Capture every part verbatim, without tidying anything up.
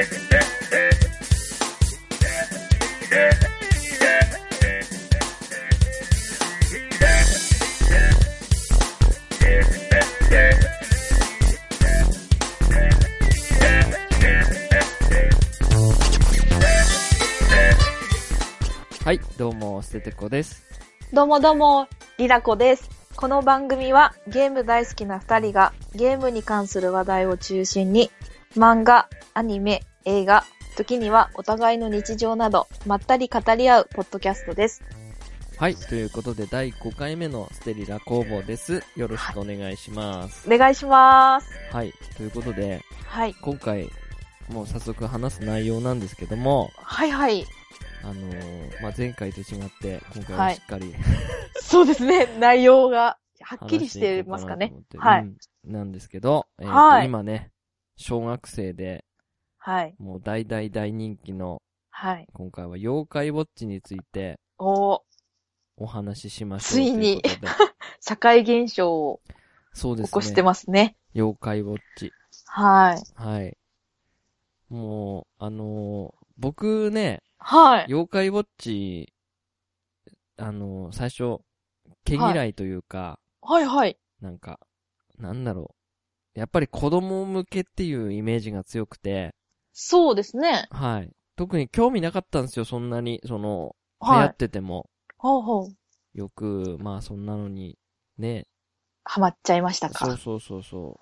はい、どうも、ステテコです。 どうもどうも、リラコです。この番組はゲーム大好きな二人がゲームに関する話題を中心に漫画、アニメ、映画、時にはお互いの日常などまったり語り合うポッドキャストです。 はい、ということでだいごかいめのステリラ工房です。よろしくお願いします。 お願いします。 はい、ということで、 はい、 今回もう早速話す内容なんですけども、 はいはい。 あのー、まあ、前回と違って今回はしっかり、はい、 そうですね、内容がはっきりしてますかね。はい、うん。 なんですけど、えーとはい、今ね、小学生で、はい、もう大大大人気の、はい、今回は妖怪ウォッチについて、おお話ししましょうということで。ついに社会現象を起こしてますね。 妖怪ウォッチ。 はい。 はい。もう、あのー、僕ね、 はい。 妖怪ウォッチ、あのー、最初、毛嫌いというか、 はい、はいはい。 なんか、なんだろう。やっぱり子供向けっていうイメージが強くて。 そうですね。 はい。特に興味なかったんですよ、そんなに。その、はい、流行ってても。 ほうほう。 よく、まあそんなのに、ね。 ハマっちゃいましたか。 そうそうそうそう。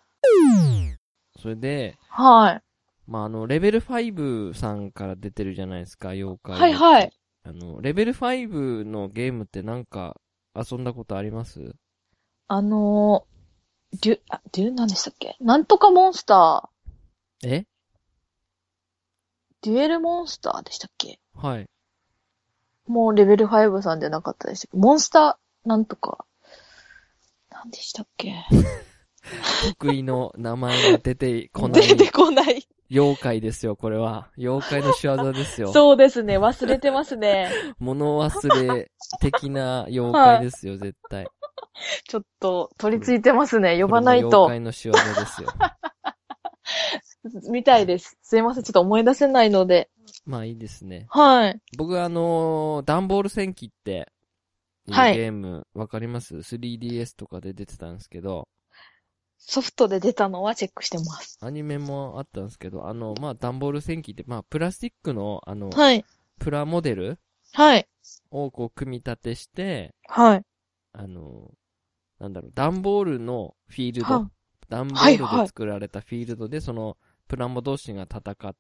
それで、はい。まああの、レベルごさんから出てるじゃないですか、妖怪。はいはい。あの、レベルごのゲームってなんか遊んだことあります？ あのー、デュ、あ、デュ、何でしたっけ？なんとかモンスター。え？ デュエルモンスターでしたっけ？ はい。 もうレベルごさんじゃなかったでしたっけ？モンスター、なんとか、何でしたっけ？ 得意の名前が出てこない。 出てこない。 妖怪ですよ、これは。妖怪の仕業ですよ。 そうですね、忘れてますね。 物忘れ的な妖怪ですよ、はい、絶対。 ちょっと、取り付いてますね。呼ばないと。 妖怪の仕業ですよ。 みたいです。すいません、ちょっと思い出せないので。 まあいいですね。 はい。 僕あのー、ダンボール戦記って、はい。ゲーム、わかります？ スリーディーエス とかで出てたんですけど。 ソフトで出たのはチェックしてます。 アニメもあったんですけど、あの、まあ、ダンボール戦記って、まあ、プラスチックの、あの、はい。プラモデルはい。をこう、組み立てして、はい。あの、なんだろう、ダンボールのフィールド、はダンボールで作られたフィールドで、その、プラモ同士が戦って、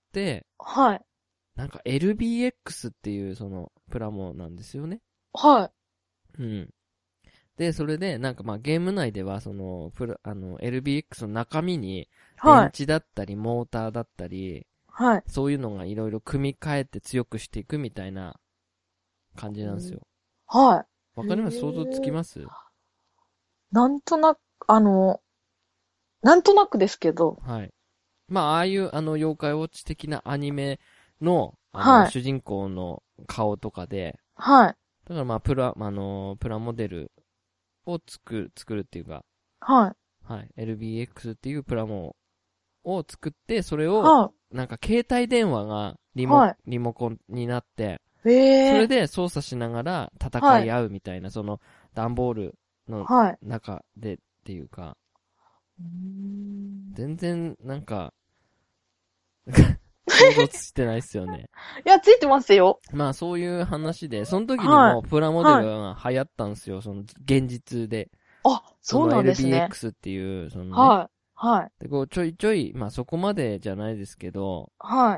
はい。なんか エルビーエックス っていう、その、プラモなんですよね。はい。うん。で、それで、なんかまあゲーム内では、その、プラ、あの、エルビーエックス の中身に、電池だったり、モーターだったり、はい。そういうのがいろいろ組み替えて強くしていくみたいな感じなんですよ。はい。わかります？想像つきます？ なんとなく、あの、なんとなくですけど。 はい。まあ、ああいう、あの、妖怪ウォッチ的なアニメの、あの、はい、主人公の顔とかで、はい。だからまあ、プラ、あの、プラモデルを作る、作るっていうか、はい。はい。エルビーエックス っていうプラモを作って、それを、はい、なんか携帯電話がリモ、はい、リモコンになって、えー、それで操作しながら戦い合うみたいな、はい、その、段ボールの中でっていうか、はい、全然、なんか、想像してないっすよね。 いや、ついてますよ。 まあそういう話で、その時にもプラモデルが流行ったんですよ、はい、その現実で。 あ、そうなんですね。 エルビーエックス っていう、そのね。 はい。はい。 で、こうちょいちょい、まあそこまでじゃないですけど、はい。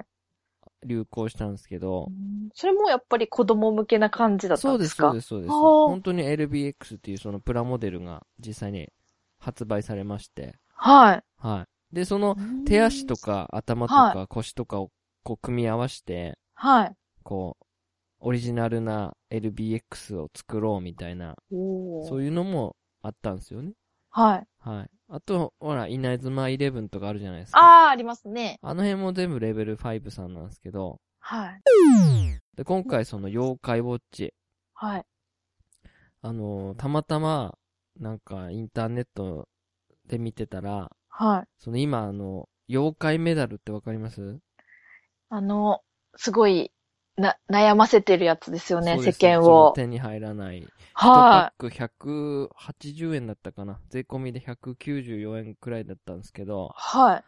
流行したんですけど。 それもやっぱり子供向けな感じだったんですか？ そうです、そうです、そうです。本当に エルビーエックス っていうそのプラモデルが実際に発売されまして。はい。はい。で、その手足とか頭とか腰とかをこう組み合わせて、はい。こう、オリジナルな エルビーエックス を作ろうみたいな、そういうのもあったんですよね。はい。はい。あと、ほら、稲妻イレブンとかあるじゃないですか。 ああ、ありますね。 あの辺も全部レベルごさんなんですけど。 はい。 で、今回その妖怪ウォッチ。はい。あのー、たまたま、なんかインターネットで見てたら、はい。その今あの、妖怪メダルってわかります？ あの、すごい、な、悩ませてるやつですよね、世間を。手に入らない。はい。いちパックひゃくはちじゅうえんだったかな。税込みでひゃくきゅうじゅうよえんくらいだったんですけど。 はい。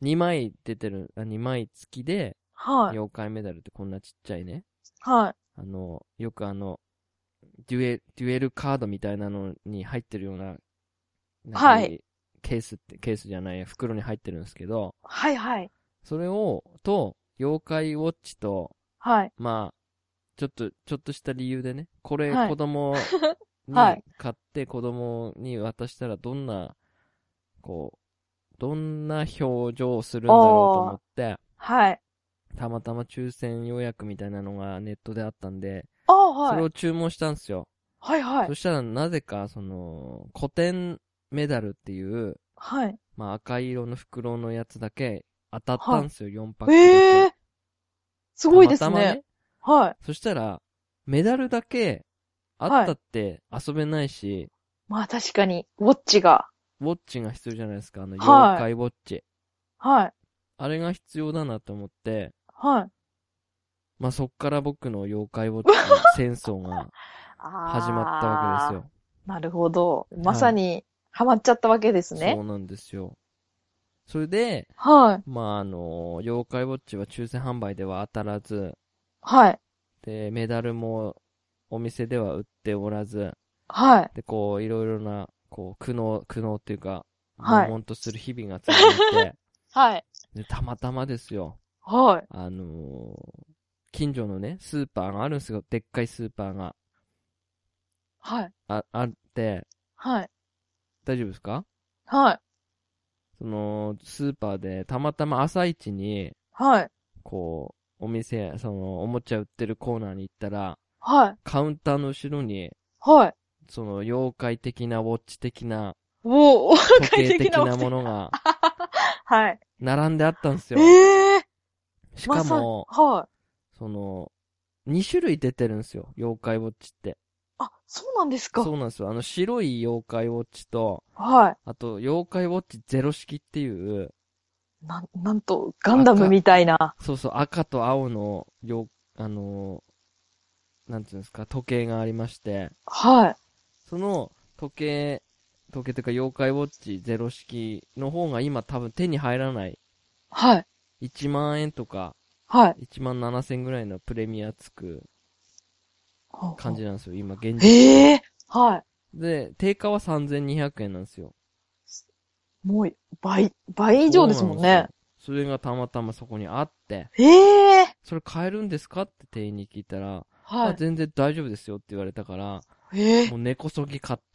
にまい出てる、にまい付きで、はい。妖怪メダルってこんなちっちゃいね。はい。あの、よくあの、デュエ、デュエルカードみたいなのに入ってるような、はい。ケースって、ケースじゃない、袋に入ってるんですけど。はいはい。それを、と、妖怪ウォッチと、はい。まあ、ちょっと、ちょっとした理由でね、これ子供に買って子供に渡したらどんな、こう、どんな表情をするんだろうと思って、はい。たまたま抽選予約みたいなのがネットであったんで、はい。それを注文したんですよ。はいはい。そしたらなぜか、その、古典メダルっていう、はい。まあ赤い色の袋のやつだけ当たったんですよ、はい、よんパックだけ。えー、すごいですね。たまたまね。はい。そしたら、メダルだけあったって遊べないし、はい、まあ確かに、ウォッチが。ウォッチが必要じゃないですか、あの、妖怪ウォッチ。はい。あれが必要だなと思って、はい。まあそっから僕の妖怪ウォッチ戦争が始まったわけですよ。なるほど。まさに、ハマっちゃったわけですね。はい、そうなんですよ。それで、はい。まああの、妖怪ウォッチは抽選販売では当たらず、はい。で、メダルもお店では売っておらず、はい。で、こう、いろいろな、こう、苦悩、苦悩っていうか、悶々とする日々が続いて、はい。で、たまたまですよ。はい。あのー、近所のね、スーパーがあるんですよ。でっかいスーパーが。はい。あ、あって、はい。大丈夫ですか？はい。その、スーパーで、たまたま朝一に、はい。こう、お店、その、おもちゃ売ってるコーナーに行ったら、はい。カウンターの後ろに、はい。その、妖怪的な、ウォッチ的な、おお、時計的なものが、はい。並んであったんですよ。ええー。しかも、ま、はい。その、に種類出てるんですよ、妖怪ウォッチって。あ、そうなんですか。そうなんですよ。あの、白い妖怪ウォッチと、はい。あと、妖怪ウォッチゼロ式っていう、なん、なんと、ガンダムみたいな。そうそう、赤と青の、よ、あのー、なんていうんですか、時計がありまして、はい。その、時計、時計というか、妖怪ウォッチゼロ式の方が今多分手に入らない。はい。いちまんえんとか、はい。いちまんななせんぐらいのプレミアつく感じなんですよ、今、現実。へえー、はい。で、定価はさんぜんにひゃくえんなんですよ。もう、倍、倍以上ですもんね。それがたまたまそこにあって、ええー、それ買えるんですかって店員に聞いたら、はい、あ、全然大丈夫ですよって言われたから、えー、もう根こそぎ買って。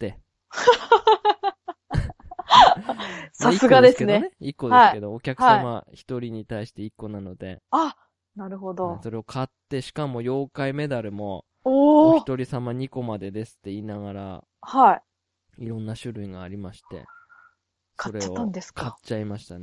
さすがですね。いっこですけど、はい、お客様ひとりに対していっこなので。あ、なるほど。それを買って、しかも妖怪メダルも、お一人様にこまでですって言いながら、はい。いろんな種類がありまして。買っちゃったんですか？買っちゃいましたね。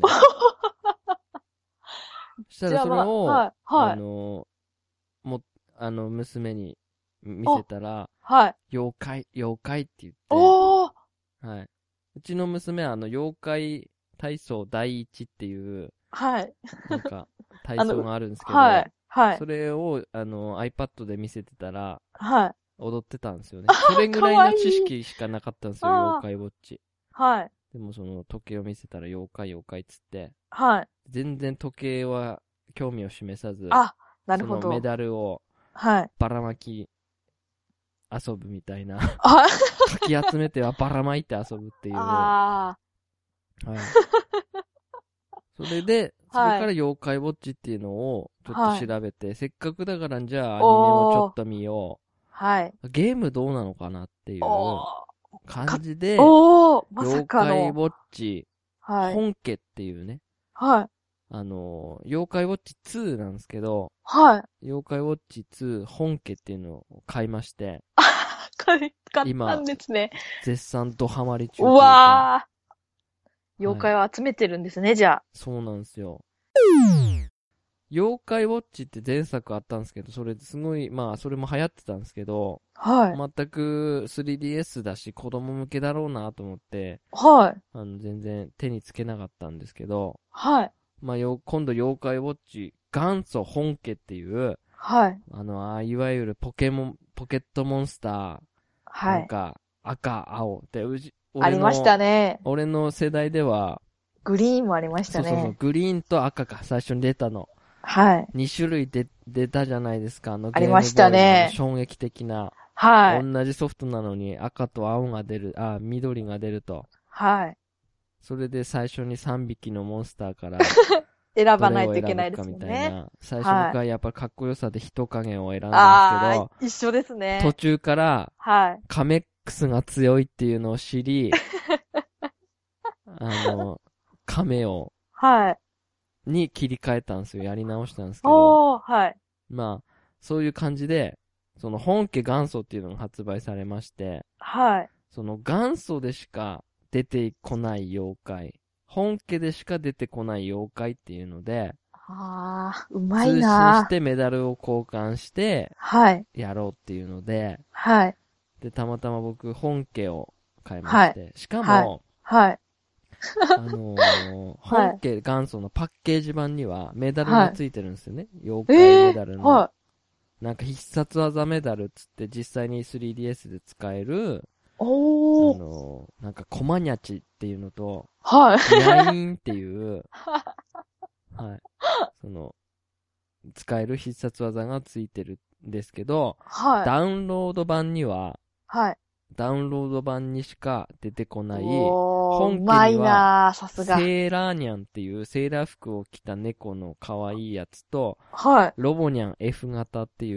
そしたらそれを、はいはい、あの、も、あの、娘に見せたら、はい。妖怪、妖怪って言って、おーはい。うちの娘は、あの、妖怪体操第一っていう、はい。なんか、体操があるんですけど、はい。はい。それを、あの、iPad で見せてたら、はい。踊ってたんですよね。それぐらいの知識しかなかったんですよ、妖怪ウォッチ。はい。でもその時計を見せたら妖怪妖怪っつって、はい。全然時計は興味を示さず、あ、なるほど。そのメダルを、はい。ばらまき遊ぶみたいな。あかき集めてはばらまいて遊ぶっていう。ああ。はい。それで、それから妖怪ウォッチっていうのをちょっと調べて、はい、せっかくだからじゃあアニメもちょっと見よう。はい。ゲームどうなのかなっていう感じで、おまさかの妖怪ウォッチ、はい、本家っていうね。はい。あの、妖怪ウォッチツーなんですけど、はい。妖怪ウォッチツー本家っていうのを買いまして、あ買ったんですね。絶賛ドハマり中というか。うわー。妖怪を集めてるんですね、はい、じゃあ。そうなんですよ。妖怪ウォッチって前作あったんですけど、それすごい、まあ、それも流行ってたんですけど、はい。全く スリーディーエス だし、子供向けだろうなと思って、はい。あの、全然手につけなかったんですけど、はい。まあ、よ、今度妖怪ウォッチ元祖本家っていう、 はい。 あの、あいわゆるポケモン、ポケットモンスター、はい。なんか、赤、青って、うじ、 ありましたね。 俺の世代では、 グリーンもありましたね。 そうそうそう、グリーンと赤が最初に出たの。 はい。 に種類で出たじゃないですか、あのゲームボーイの。ありましたね。 衝撃的な。 はい。 同じソフトなのに赤と青が出る、あ、緑が出ると。 はい。 それで最初にさんびきのモンスターから選ばないといけないですもんね。 最初僕はやっぱかっこよさで人影を選んだんですけど、 あー、一緒ですね。 途中から、 はい。 カメックスが強いっていうのを知り、あの、カメを、 はい。 に切り替えたんですよ。やり直したんですけど。 おー、はい。 まあ、そういう感じで、その本家元祖っていうのが発売されまして、 はい。 その元祖でしか出てこない妖怪、本家でしか出てこない妖怪っていうので、 ああ、うまいな。 通信してメダルを交換して、 はい。 やろうっていうので、 はい。 で、たまたま僕本家を買いまして、はい、しかも、 はい。はい、 あのー、本家元祖のパッケージ版にはメダルがついてるんですよね。はい、妖怪メダルの。えーはい、なんか必殺技メダルっつって実際に スリーディーエス で使える、 おあのー、なんかコマニャチっていうのと、 はい。 ニャインっていう、はい。その、使える必殺技がついてるんですけど、はい。ダウンロード版には、はい。ダウンロード版にしか出てこない、本家には、セーラーニャンっていうセーラー服を着た猫の可愛いやつと、はい。ロボニャン F 型っていう、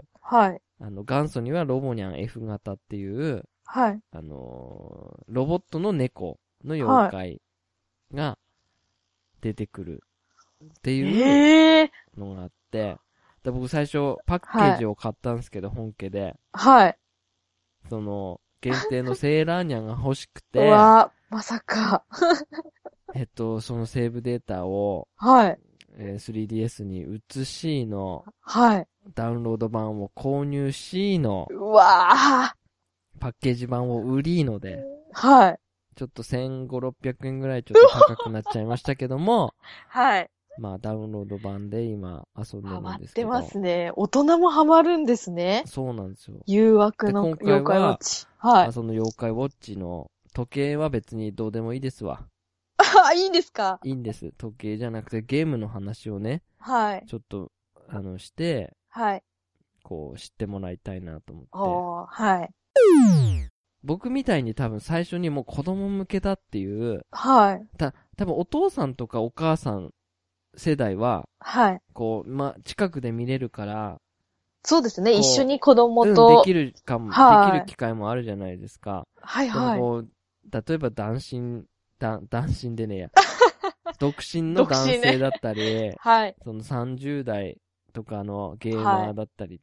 はい。あの、元祖にはロボニャン F 型っていう、はい。あのー、ロボットの猫の妖怪が出てくるっていうのがあって、で僕最初パッケージを買ったんですけど、はい、本家で。はい。その、限定のセーラーニャンが欲しくて。うわまさか。えっと、そのセーブデータを、はい。えー、スリーディーエス に移しの、はい。ダウンロード版を購入しの、うわパッケージ版を売りので、はい。ちょっとせんごひゃく、ろっぴゃくえんぐらいちょっと高くなっちゃいましたけども、はい。まあ、ダウンロード版で今遊んでるんですけど。ハマってますね。大人もハマるんですね。そうなんですよ。誘惑の妖怪ウォッチ。はい。その妖怪ウォッチの時計は別にどうでもいいですわ。あ、いいんですか？いいんです。時計じゃなくてゲームの話をね。はい。ちょっと、あの、して、はい。こう、知ってもらいたいなと思って。おー、はい。僕みたいに多分最初にもう子供向けだっていう。はい。た、多分お父さんとかお母さん世代は、はい。こう、ま、近くで見れるから、そうですね。一緒に子供と。うん、できるかも、はい、できる機会もあるじゃないですか。はいはい。でもこう、例えば男身、だ男身でねえや。独身の男性だったり、ね、はい。そのさんじゅう代とかのゲーマーだったりって、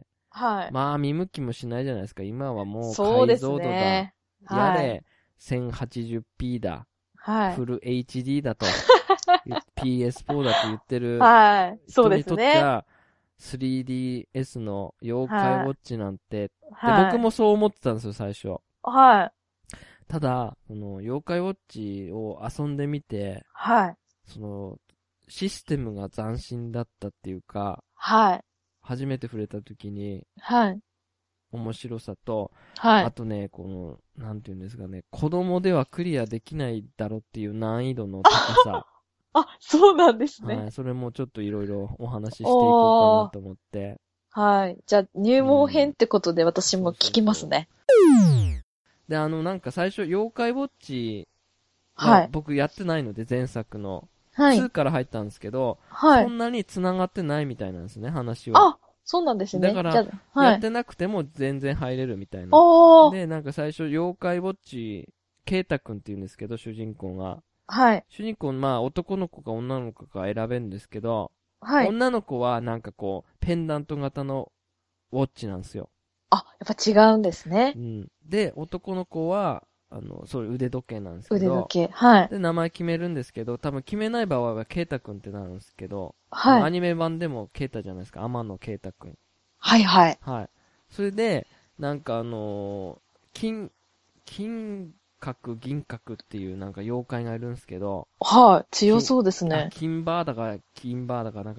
はい。まあ見向きもしないじゃないですか。今はもう解像度だ。ね、やれ、はい、せんはちじゅうピー だ。はい。フル エイチディー だと。ピーエスフォー だと言ってる。はい。そうですね。人にとっては、スリーディーエス の妖怪ウォッチなんて、はい、で、僕もそう思ってたんですよ、最初。はい。ただ、その、妖怪ウォッチを遊んでみて、はい。その、システムが斬新だったっていうか、はい。初めて触れた時に、はい。面白さと、はい。あとね、この、なんていうんですかね、子供ではクリアできないだろっていう難易度の高さ。あ、そうなんですね。はい。それもちょっといろいろお話ししていこうかなと思って。はい。じゃあ、入門編ってことで私も聞きますね。うん、そうそうそうで、あの、なんか最初、妖怪ウォッチは、はい、僕やってないので、前作の。はい。ツーから入ったんですけど、はい。そんなに繋がってないみたいなんですね、話は。あ、そうなんですね。だから、はい、やってなくても全然入れるみたいな。で、なんか最初、妖怪ウォッチ、ケイタくんって言うんですけど、主人公が。はい。主人公、まあ、男の子か女の子か選べるんですけど、はい。女の子はなんかこう、ペンダント型のウォッチなんですよ。あ、やっぱ違うんですね。うん。で、男の子は、あの、そういう腕時計なんですけど。腕時計。はい。で、名前決めるんですけど、多分決めない場合はケイタくんってなるんですけど、はい。アニメ版でもケイタじゃないですか。天野ケイタくん。はいはい。はい。それで、なんかあのー、金、金閣銀閣っていうなんか妖怪がいるんですけど。はい。強そうですね。金バーだか、金バーだか、なんか、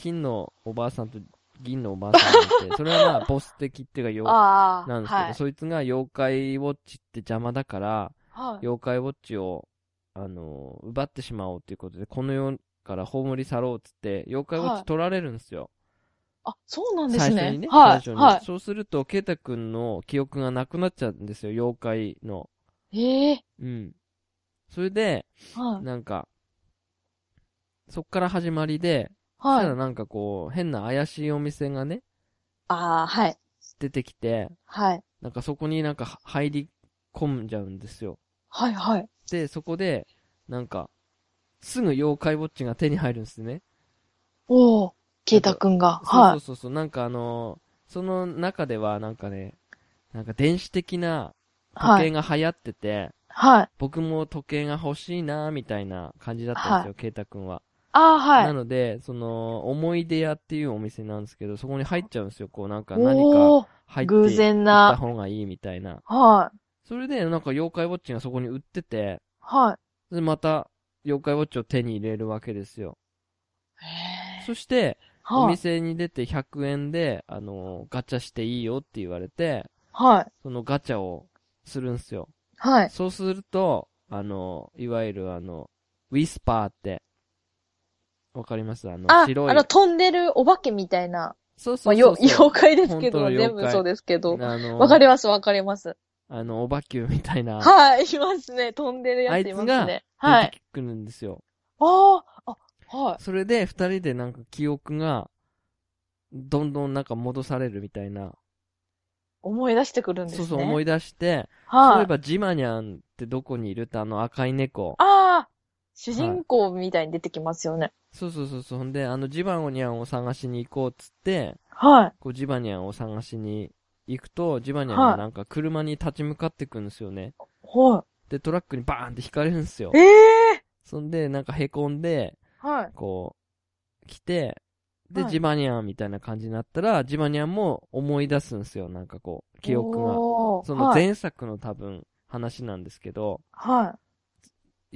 金のおばあさんと銀のおばあさんがいて、それはまあ、ボス的っていうか、妖怪なんですけど、はい、そいつが妖怪ウォッチって邪魔だから、はい、妖怪ウォッチを、あのー、奪ってしまおうということで、この世から葬り去ろうっつって、妖怪ウォッチ取られるんですよ。 はい、あ、そうなんですね。 最初にね、 はい、 最初に。はい、そうすると、ケイタくんの記憶がなくなっちゃうんですよ、妖怪の。 ええー。うん。それで、はい、なんか、そっから始まりで、はい、そしたらなんかこう、変な怪しいお店がね、 ああ、はい。 出てきて、はい。なんかそこになんか入り込んじゃうんですよ。 はいはい。 で、そこで、なんか、すぐ妖怪ウォッチが手に入るんですね。 おー、ケイタくんが。 はい。そうそうそう、なんかあのー、その中ではなんかね、なんか電子的な時計が流行ってて、はい。僕も時計が欲しいなみたいな感じだったんですよ、ケイタくんは。 ああ、はい。 なので、その、思い出屋っていうお店なんですけど、そこに入っちゃうんですよ。こうなんか何か入っていった方がいいみたいな。はい。それで、なんか妖怪ウォッチがそこに売ってて、はい。で、また、妖怪ウォッチを手に入れるわけですよ。へそして、お店に出てひゃくえんで、あの、ガチャしていいよって言われて、はい。そのガチャをするんですよ。はい。そうすると、あの、いわゆるあの、ウィスパーって、わかりますあの、 あ、 白い。 あの、飛んでるお化けみたいな。 そうそうそうそう。 まあ、妖怪ですけど、全部そうですけど。あのー、わかります、わかります。 あの、おばきゅうみたいな。 はい、いますね。飛んでるやついますね。 あいつが出てくるんですよ。 はい、ああ、はい。 それで、二人でなんか記憶が、どんどんなんか戻されるみたいな。 思い出してくるんですね。 そうそう、思い出して、はい。そういえばジマニャンってどこにいるってあの赤い猫。 ああ、主人公みたいに出てきますよね。はい、 そうそうそうそう。ほんで、あのジバニャンを探しに行こうっつって、はい。こうジバニャンを探しに行くと、ジバニャンがなんか車に立ち向かってくんですよね。はい。で、トラックにバーンって引かれるんですよ。ええー、そんで、なんか凹んで、はい。こう、来て、で、はい、ジバニャンみたいな感じになったら、ジバニャンも思い出すんですよ。なんかこう、記憶が。その前作の多分話なんですけど、はい。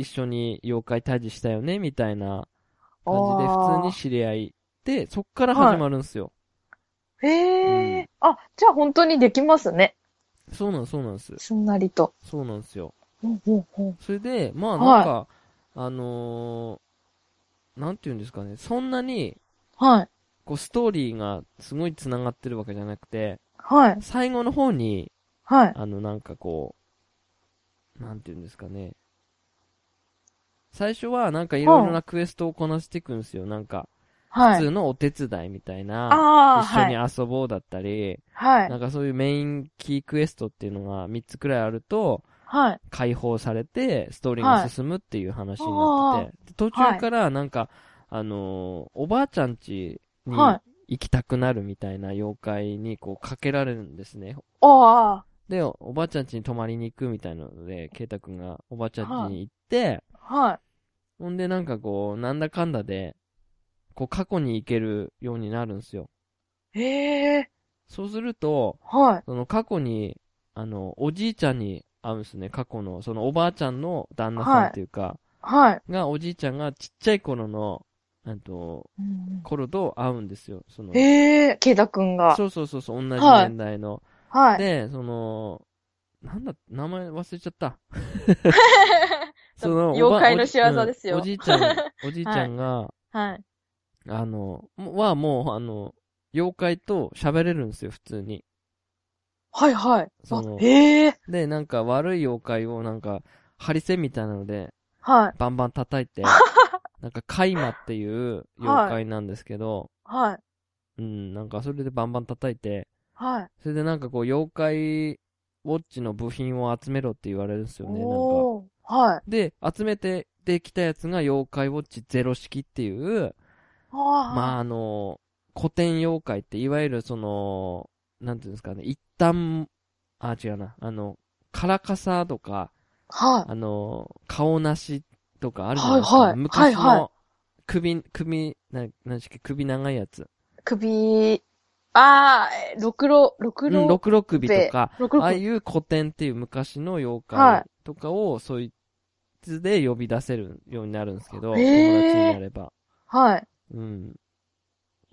一緒に妖怪退治したよねみたいな感じで普通に知り合いで、そっから始まるんですよ。 はい、へえ、うん、あ、じゃあ本当にできますね。 そうなんそうなんです。 すんなりと。 そうなんですよ。 うんうんうん、 それで、まあなんか、はい、あのー、なんて言うんですかね、そんなに、はい。こうストーリーがすごい繋がってるわけじゃなくて、はい。最後の方に、はい。あのなんかこう、なんて言うんですかね、最初はなんかいろいろなクエストをこなしていくんですよ。なんか、普通のお手伝いみたいな、一緒に遊ぼうだったり、はい、なんかそういうメインキークエストっていうのがみっつくらいあると、はい、解放されて、ストーリーが進むっていう話になってて、はい、途中からなんか、あのー、おばあちゃん家に行きたくなるみたいな妖怪にこうかけられるんですね。で、おばあちゃん家に泊まりに行くみたいなので、ケイタくんがおばあちゃん家に行って、はい。ほんでなんかこう、なんだかんだで、こう過去に行けるようになるんですよ。へえ。そうすると、はい。その過去に、あの、おじいちゃんに会うんですね、過去の、そのおばあちゃんの旦那さんっていうか、はい。が、おじいちゃんがちっちゃい頃の、あと、うん、頃と会うんですよ、その。 へえ、ケイタくんが。 そうそうそう、同じ年代の。はい。で、その、なんだ、名前忘れちゃった。 その、妖怪の仕業ですよ。 おじいちゃん、おじいちゃんが、はい。あの、はもう、あの、妖怪と喋れるんですよ、普通に。 はいはい。その、へえ。 で、なんか悪い妖怪をなんか、ハリセンみたいなので、はい。バンバン叩いて、なんか、カイマっていう妖怪なんですけど、はい。うん、なんかそれでバンバン叩いて、はい。それでなんかこう、妖怪ウォッチの部品を集めろって言われるんですよね、なんか。はい。で、集めてできたやつが妖怪ウォッチゼロ式っていう、まああの、古典妖怪っていわゆるその、なんていうんですかね、一旦、あ、違うな、あの、カラカサとか、はい。あの、顔なしとかあるじゃないですか。はいはい、昔の首、首、な、なんしっけ、首長いやつ。 首、あー、ろくろ、ろくろ。 うん、ろくろ首とか、ああいう古典っていう昔の妖怪とかを、はい、そいつで呼び出せるようになるんですけど、友達になれば。はい。うん。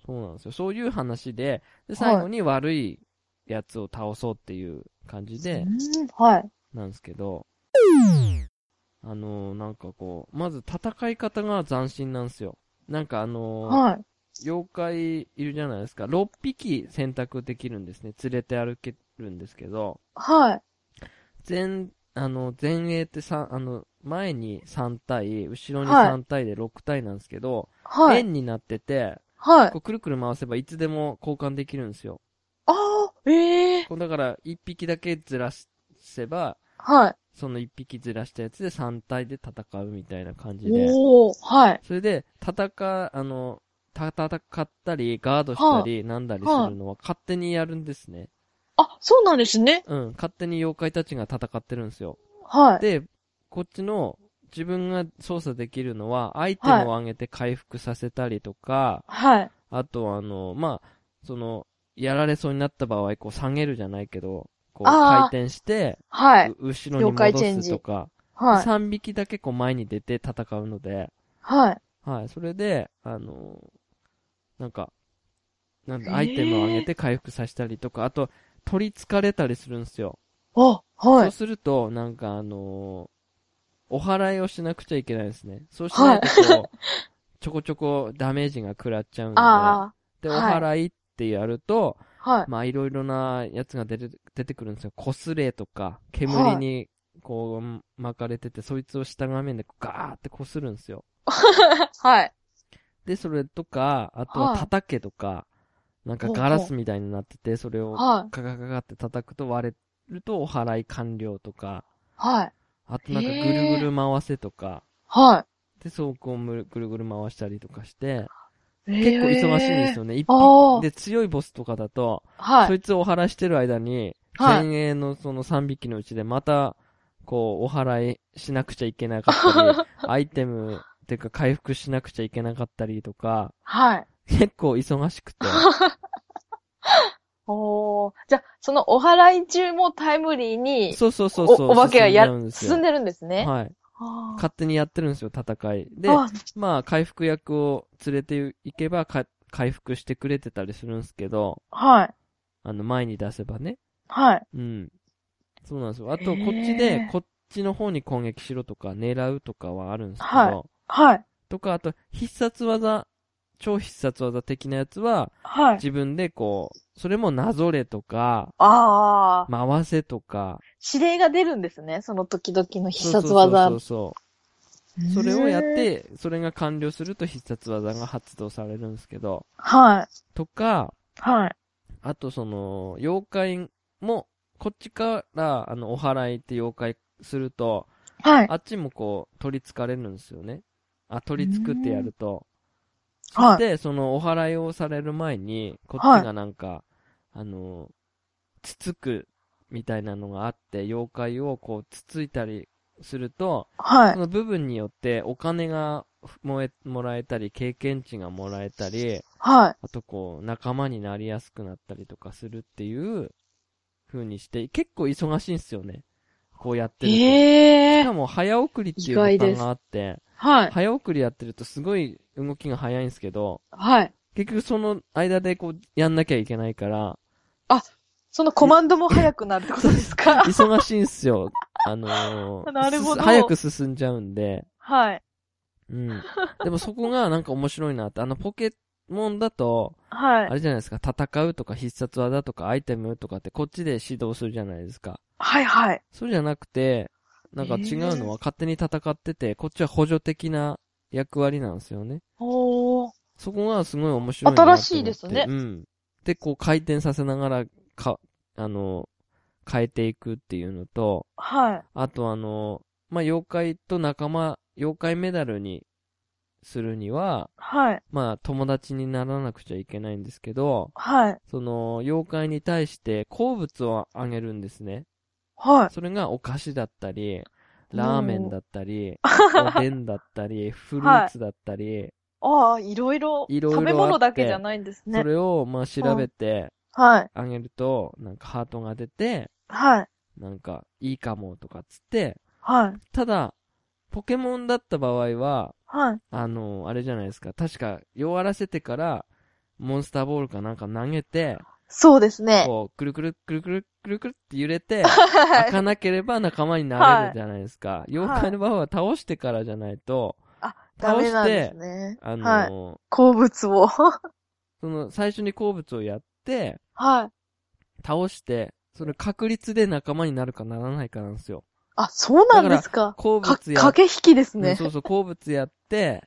そうなんですよ。そういう話で、で、最後に悪いやつを倒そうっていう感じで、 はい。 なんですけど、あのー、なんかこう、まず戦い方が斬新なんですよ。なんかあのー、はい。妖怪いるじゃないですか。ろっぴき選択できるんですね。連れて歩けるんですけど。 はい。 前、あの、前衛ってさあの、前にさん体、後ろにさん体でろく体なんですけど、はい。円になってて、はい。こうくるくる回せばいつでも交換できるんですよ。 ああ、ええー。 こうだから、いっぴきだけずらせば、はい。そのいっぴきずらしたやつでさん体で戦うみたいな感じで。おー、はい。それで、戦、あの、戦ったり、ガードしたり、なんだりするのは勝手にやるんですね。 あ、そうなんですね。 うん、勝手に妖怪たちが戦ってるんですよ。はい。で、こっちの自分が操作できるのは、アイテムを上げて回復させたりとか、はい。あとは、あの、まあ、その、やられそうになった場合、こう下げるじゃないけど、こう回転して、はい。後ろに戻すとか、はい。さんびきだけこう前に出て戦うので、はい。はい。それで、あの、なんか、なんでアイテムを上げて回復させたりとか、あと、取り憑かれたりするんですよ。あ、はい。そうすると、なんかあのー、お祓いをしなくちゃいけないですね。そうしないとこう、はい、ちょこちょこダメージが食らっちゃうんで。で、お祓いってやると、はい、まあいろいろなやつが出て、出てくるんですよ。こすれとか、煙にこう巻かれてて、そいつを下画面でガーってこするんですよ。はい。で、それとか、あとは叩けとか、なんかガラスみたいになってて、それをカカカカって叩くと割れるとお祓い完了とか、はい。あとなんかぐるぐる回せとか、はい。で、走行をぐるぐる回したりとかして、結構忙しいんですよね。一匹で強いボスとかだと、はい。そいつをお祓いしてる間に、前衛のそのさんびきのうちでまた、こう、お祓いしなくちゃいけなかったり、アイテム、てか回復しなくちゃいけなかったりとか、はい。結構忙しくて。 おー。じゃあ、そのお祓い中もタイムリーに、 そうそうそうそう。 お、お化けがや、進んでるんですね。 はい。勝手にやってるんですよ、戦い。で、まあ、回復役を連れて行けばか、回復してくれてたりするんですけど、はい。あの、前に出せばね。はい。うん。そうなんですよ。あと、こっちで、こっちの方に攻撃しろとか、狙うとかはあるんですけど、はい。はい。とか、あと、必殺技、超必殺技的なやつは、はい。自分でこう、それもなぞれとか、ああ。回せとか。 指令が出るんですね。その時々の必殺技。 そうそうそうそう。それをやって、それが完了すると必殺技が発動されるんですけど。はい。とか、はい。あとその、妖怪も、こっちから、あの、お祓いって妖怪すると、はい。あっちもこう、取り憑かれるんですよね。あ、取り憑くってやると。そして、はい、そのお祓いをされる前に、こっちがなんか、はい、あの、つつくみたいなのがあって、妖怪をこうつついたりすると、はい、その部分によってお金がもえもらえたり、経験値がもらえたり、はい、あとこう、仲間になりやすくなったりとかするっていう風にして、結構忙しいんですよね。こうやってると。えー、しかも早送りっていうボタンがあって、はい。早送りやってるとすごい動きが早いんですけど、はい。結局その間でこう、やんなきゃいけないから、 あ、そのコマンドも早くなるってことですか？ 忙しいんすよ。あのー、なるほど。早く進んじゃうんで。はい。うん。でもそこがなんか面白いなって、あのポケモンだと、はい。あれじゃないですか、戦うとか必殺技とかアイテムとかってこっちで指導するじゃないですか。はいはい。そうじゃなくて、なんか違うのは勝手に戦ってて、こっちは補助的な役割なんですよね。おー。そこがすごい面白いなって思って。新しいですね。うん。で、こう回転させながら、か、あの、変えていくっていうのと、はい。あとあの、まあ、妖怪と仲間、妖怪メダルにするには、はい。まあ、友達にならなくちゃいけないんですけど、はい。その、妖怪に対して好物をあげるんですね。はい。それがお菓子だったり、ラーメンだったり、おでんだったり、フルーツだったり、はい、ああ、いろいろ、いろいろ食べ物だけじゃないんですね。 それを、まあ、調べて、はい。あげると、なんかハートが出て、はい。なんか、いいかもとかっつって、はい。ただ、ポケモンだった場合は、はい。あの、あれじゃないですか。確か、弱らせてから、 モンスターボールかなんか投げて、 そうですね。 こう、くるくるくるくるくるくるって揺れて、開かなければ仲間になれるじゃないですか。はい、妖怪の場合は倒してからじゃないと、 はい、倒して、ね、 あのーはい、好物を。 その、最初に好物をやって、 はい。 倒して、それ確率で仲間になるかならないかなんですよ。 あ、そうなんですか。 好物やか、駆け引きですね。 そうそう、好物やって、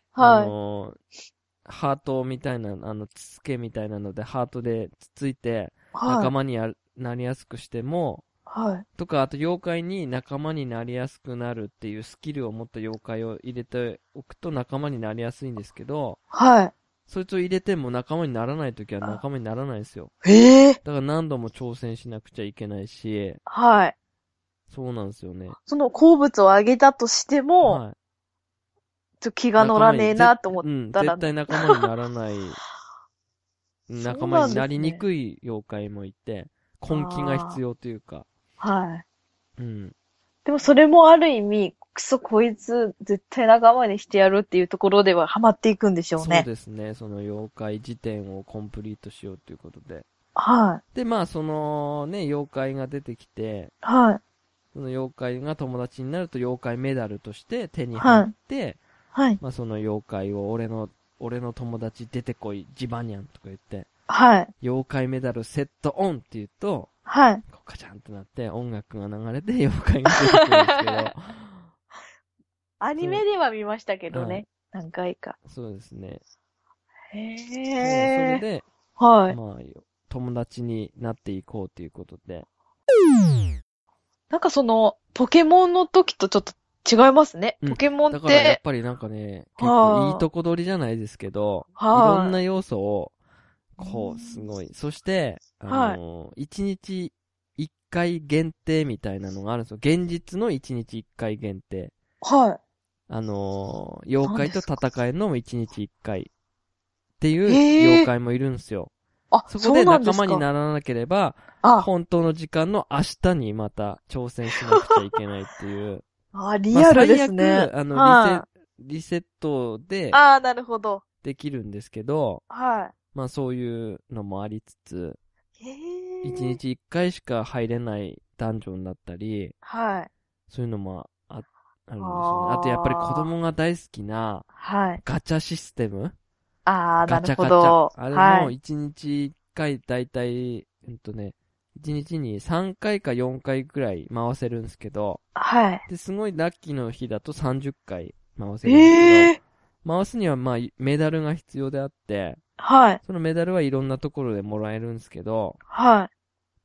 はい、あのー、ハートみたいな、あの、つつけみたいなので、ハートでつついて、仲間にや、はい、なりやすくしても、はい。とか、あと妖怪に仲間になりやすくなるっていうスキルを持った妖怪を入れておくと仲間になりやすいんですけど、はい。そいつを入れても仲間にならないときは仲間にならないんですよ。へえ。だから何度も挑戦しなくちゃいけないし、はい。そうなんですよね。 その好物をあげたとしても、はい。ちょっと気が乗らねえなと思ったら。 うん、絶対仲間にならない。仲間になりにくい妖怪もいて、根気が必要というか。 はい。うん。でもそれもある意味、くそこいつ絶対仲間にしてやるっていうところではハマっていくんでしょうね。 そうですね。その妖怪辞典をコンプリートしようということで。はい。で、まあそのね、妖怪が出てきて、はい。その妖怪が友達になると妖怪メダルとして手に入って、はいはい。まあその妖怪を俺の、俺の友達出てこい、ジバニャンとか言って、はい。妖怪メダルセットオンって言うと、はい。カチャンってなって音楽が流れて妖怪が出てくるんですけど。 アニメでは見ましたけどね。はい、何回か。 そうですね。 へえ。 それで、はい。まあ、友達になっていこうということで。 なんかその、ポケモンの時とちょっと違いますね。ポケモンって。 うん、だからやっぱりなんかね、結構いいとこ取りじゃないですけど、いろんな要素を、こう、すごい。そして、あのー、いちにちいっかい限定みたいなのがあるんですよ。現実のいちにちいっかい限定。はい。あのー、妖怪と戦えるのもいちにちいっかいっていう妖怪もいるんですよ。あ、そこで仲間にならなければ、本当の時間の明日にまた挑戦しなくちゃいけないっていう。 あ、リアルですね。 まあ、最悪、あの、リセ、リセットで、 ああ、なるほど。 できるんですけど、はい。まあそういうのもありつつ、いちにちいっかいしか入れないダンジョンだったり、はい。そういうのもあ、あるんですよね。あとやっぱり子供が大好きな、はい。ガチャシステム。 ああ、なるほど。 ガチャガチャ。あれもいちにちいっかいだいたい、えっとね、いちにちにさんかいかよんかいくらい回せるんですけど、はい。で、すごいラッキーの日だとさんじゅっかい回せるんですけど、えー回すには、まあ、メダルが必要であって、はい。そのメダルはいろんなところでもらえるんですけど、はい。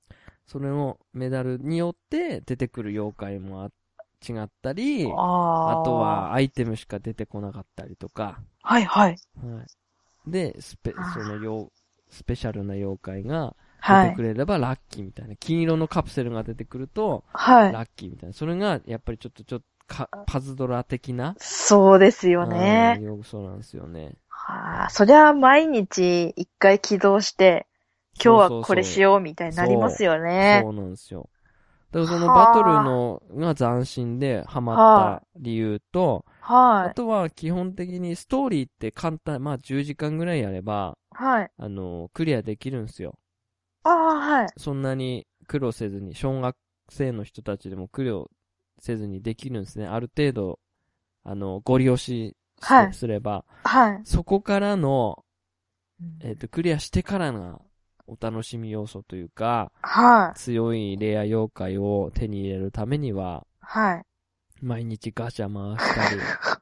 それのメダルによって出てくる妖怪も違ったり、あ, あとはアイテムしか出てこなかったりとか。 はいはい。はい、 で、スペ、その妖、スペシャルな妖怪が出てくれればラッキーみたいな。はい、金色のカプセルが出てくると、はい。ラッキーみたいな。それが、やっぱりちょっと、ちょっと、か、パズドラ的なそうですよね。 要素なんですよね。 はあ、そりゃ毎日一回起動して、今日はこれしようみたいになりますよね。 そう、そうなんですよ。だからそのバトルのが斬新でハマった理由と、はい。あとは基本的にストーリーって簡単、まあじゅうじかんぐらいやれば、はい。あの、クリアできるんですよ。 ああ、はい。 そんなに苦労せずに、小学生の人たちでも苦労せずにできるんですね。ある程度、あの、ご利用し、はい、すれば。はい。そこからの、えっと、クリアしてからのお楽しみ要素というか、はい。強いレア妖怪を手に入れるためには、はい。毎日ガチャ回したり。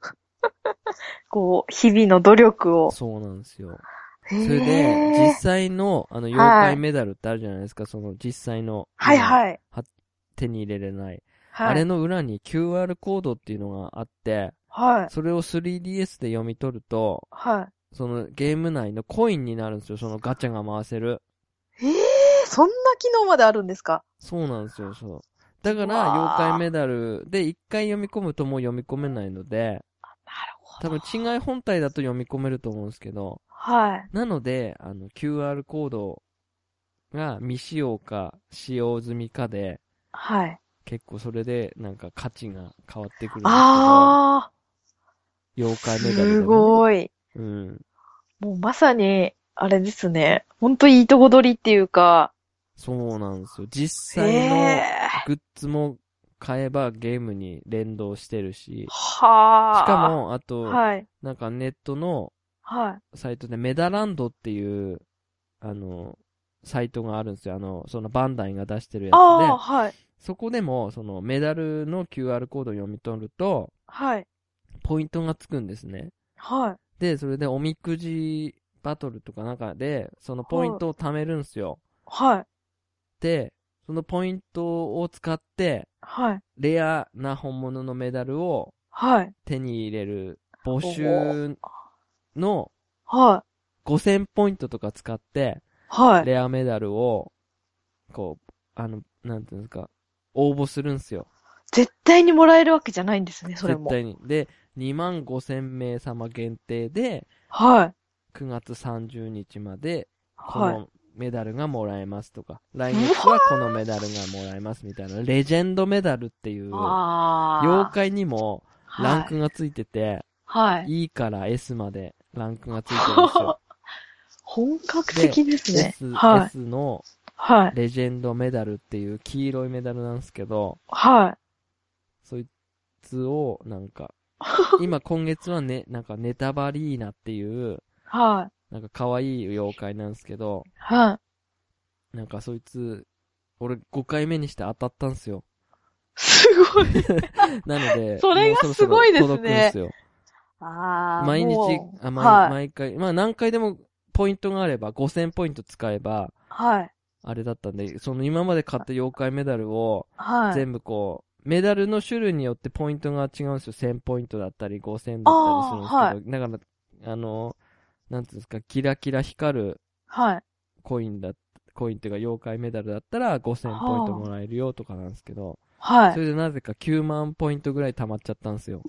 こう、日々の努力を。 そうなんですよ。それで、実際の、あの、妖怪メダルってあるじゃないですか、はい、その実際の。 はいはい。 手に入れれない。はい。あれの裏に キューアール コードっていうのがあって、はい。それを スリーディーエス で読み取ると、はい。そのゲーム内のコインになるんですよ、そのガチャが回せる。 ええー、そんな機能まであるんですか？ そうなんですよ、そう。だから、妖怪メダルで一回読み込むともう読み込めないので、なるほど。多分違い本体だと読み込めると思うんですけど、はい。なので、あの、キューアール コードが未使用か使用済みかで、はい。結構それでなんか価値が変わってくるんですけど、あー。妖怪メダルでも、ね。 すごい。 うん。 もうまさに、 あれですね。ほんといいとこ取りっていうか。 そうなんですよ。実際のグッズも買えばゲームに連動してるし。はあ。しかも、あと、はい、なんかネットのサイトでメダランドっていう、あの、サイトがあるんですよ。あの、そのバンダイが出してるやつで。あ、はい。そこでも、そのメダルの キューアール コードを読み取ると、はい。ポイントがつくんですね。はい。で、それでおみくじバトルとかなんかで、そのポイントを貯めるんですよ。はい。で、そのポイントを使って、はい。レアな本物のメダルを、はい。手に入れる募集の、はい。ごせんポイントとか使って、はい。レアメダルを、こう、あの、なんていうんですか、応募するんですよ。 絶対にもらえるわけじゃないんですね、それも。 絶対に。で、にまんごせんめい様限定で、はい。くがつさんじゅうにちまで、このメダルがもらえますとか、はい、来月はこのメダルがもらえますみたいな、レジェンドメダルっていう、妖怪にもランクがついてて、はい。E から S までランクがついてるんですよ。 本格的ですね。 S、はい、S の、レジェンドメダルっていう黄色いメダルなんですけど、はい。そいつを、なんか、今今月はね、なんかネタバリーナっていう、はい。なんか可愛い妖怪なんですけど、はい。なんかそいつ、俺ごかいめにして当たったんすよ。 すごい。 なので、 それがすごいですね。 届くんすよ。ああ、毎日、あ毎、はい、毎回、まあ何回でもポイントがあれば、ごせんポイント使えば、はい。あれだったんで、その今まで買った妖怪メダルを、はい。全部こう、メダルの種類によってポイントが違うんですよ。せんポイントだったり、ごせんだったりするんですけど、はい、だから、あの、なんていうんですか、キラキラ光る、はい。コインだ、コインっていうか妖怪メダルだったらごせんポイントもらえるよとかなんですけど、はい。それでなぜかきゅうまんポイントぐらい溜まっちゃったんですよ。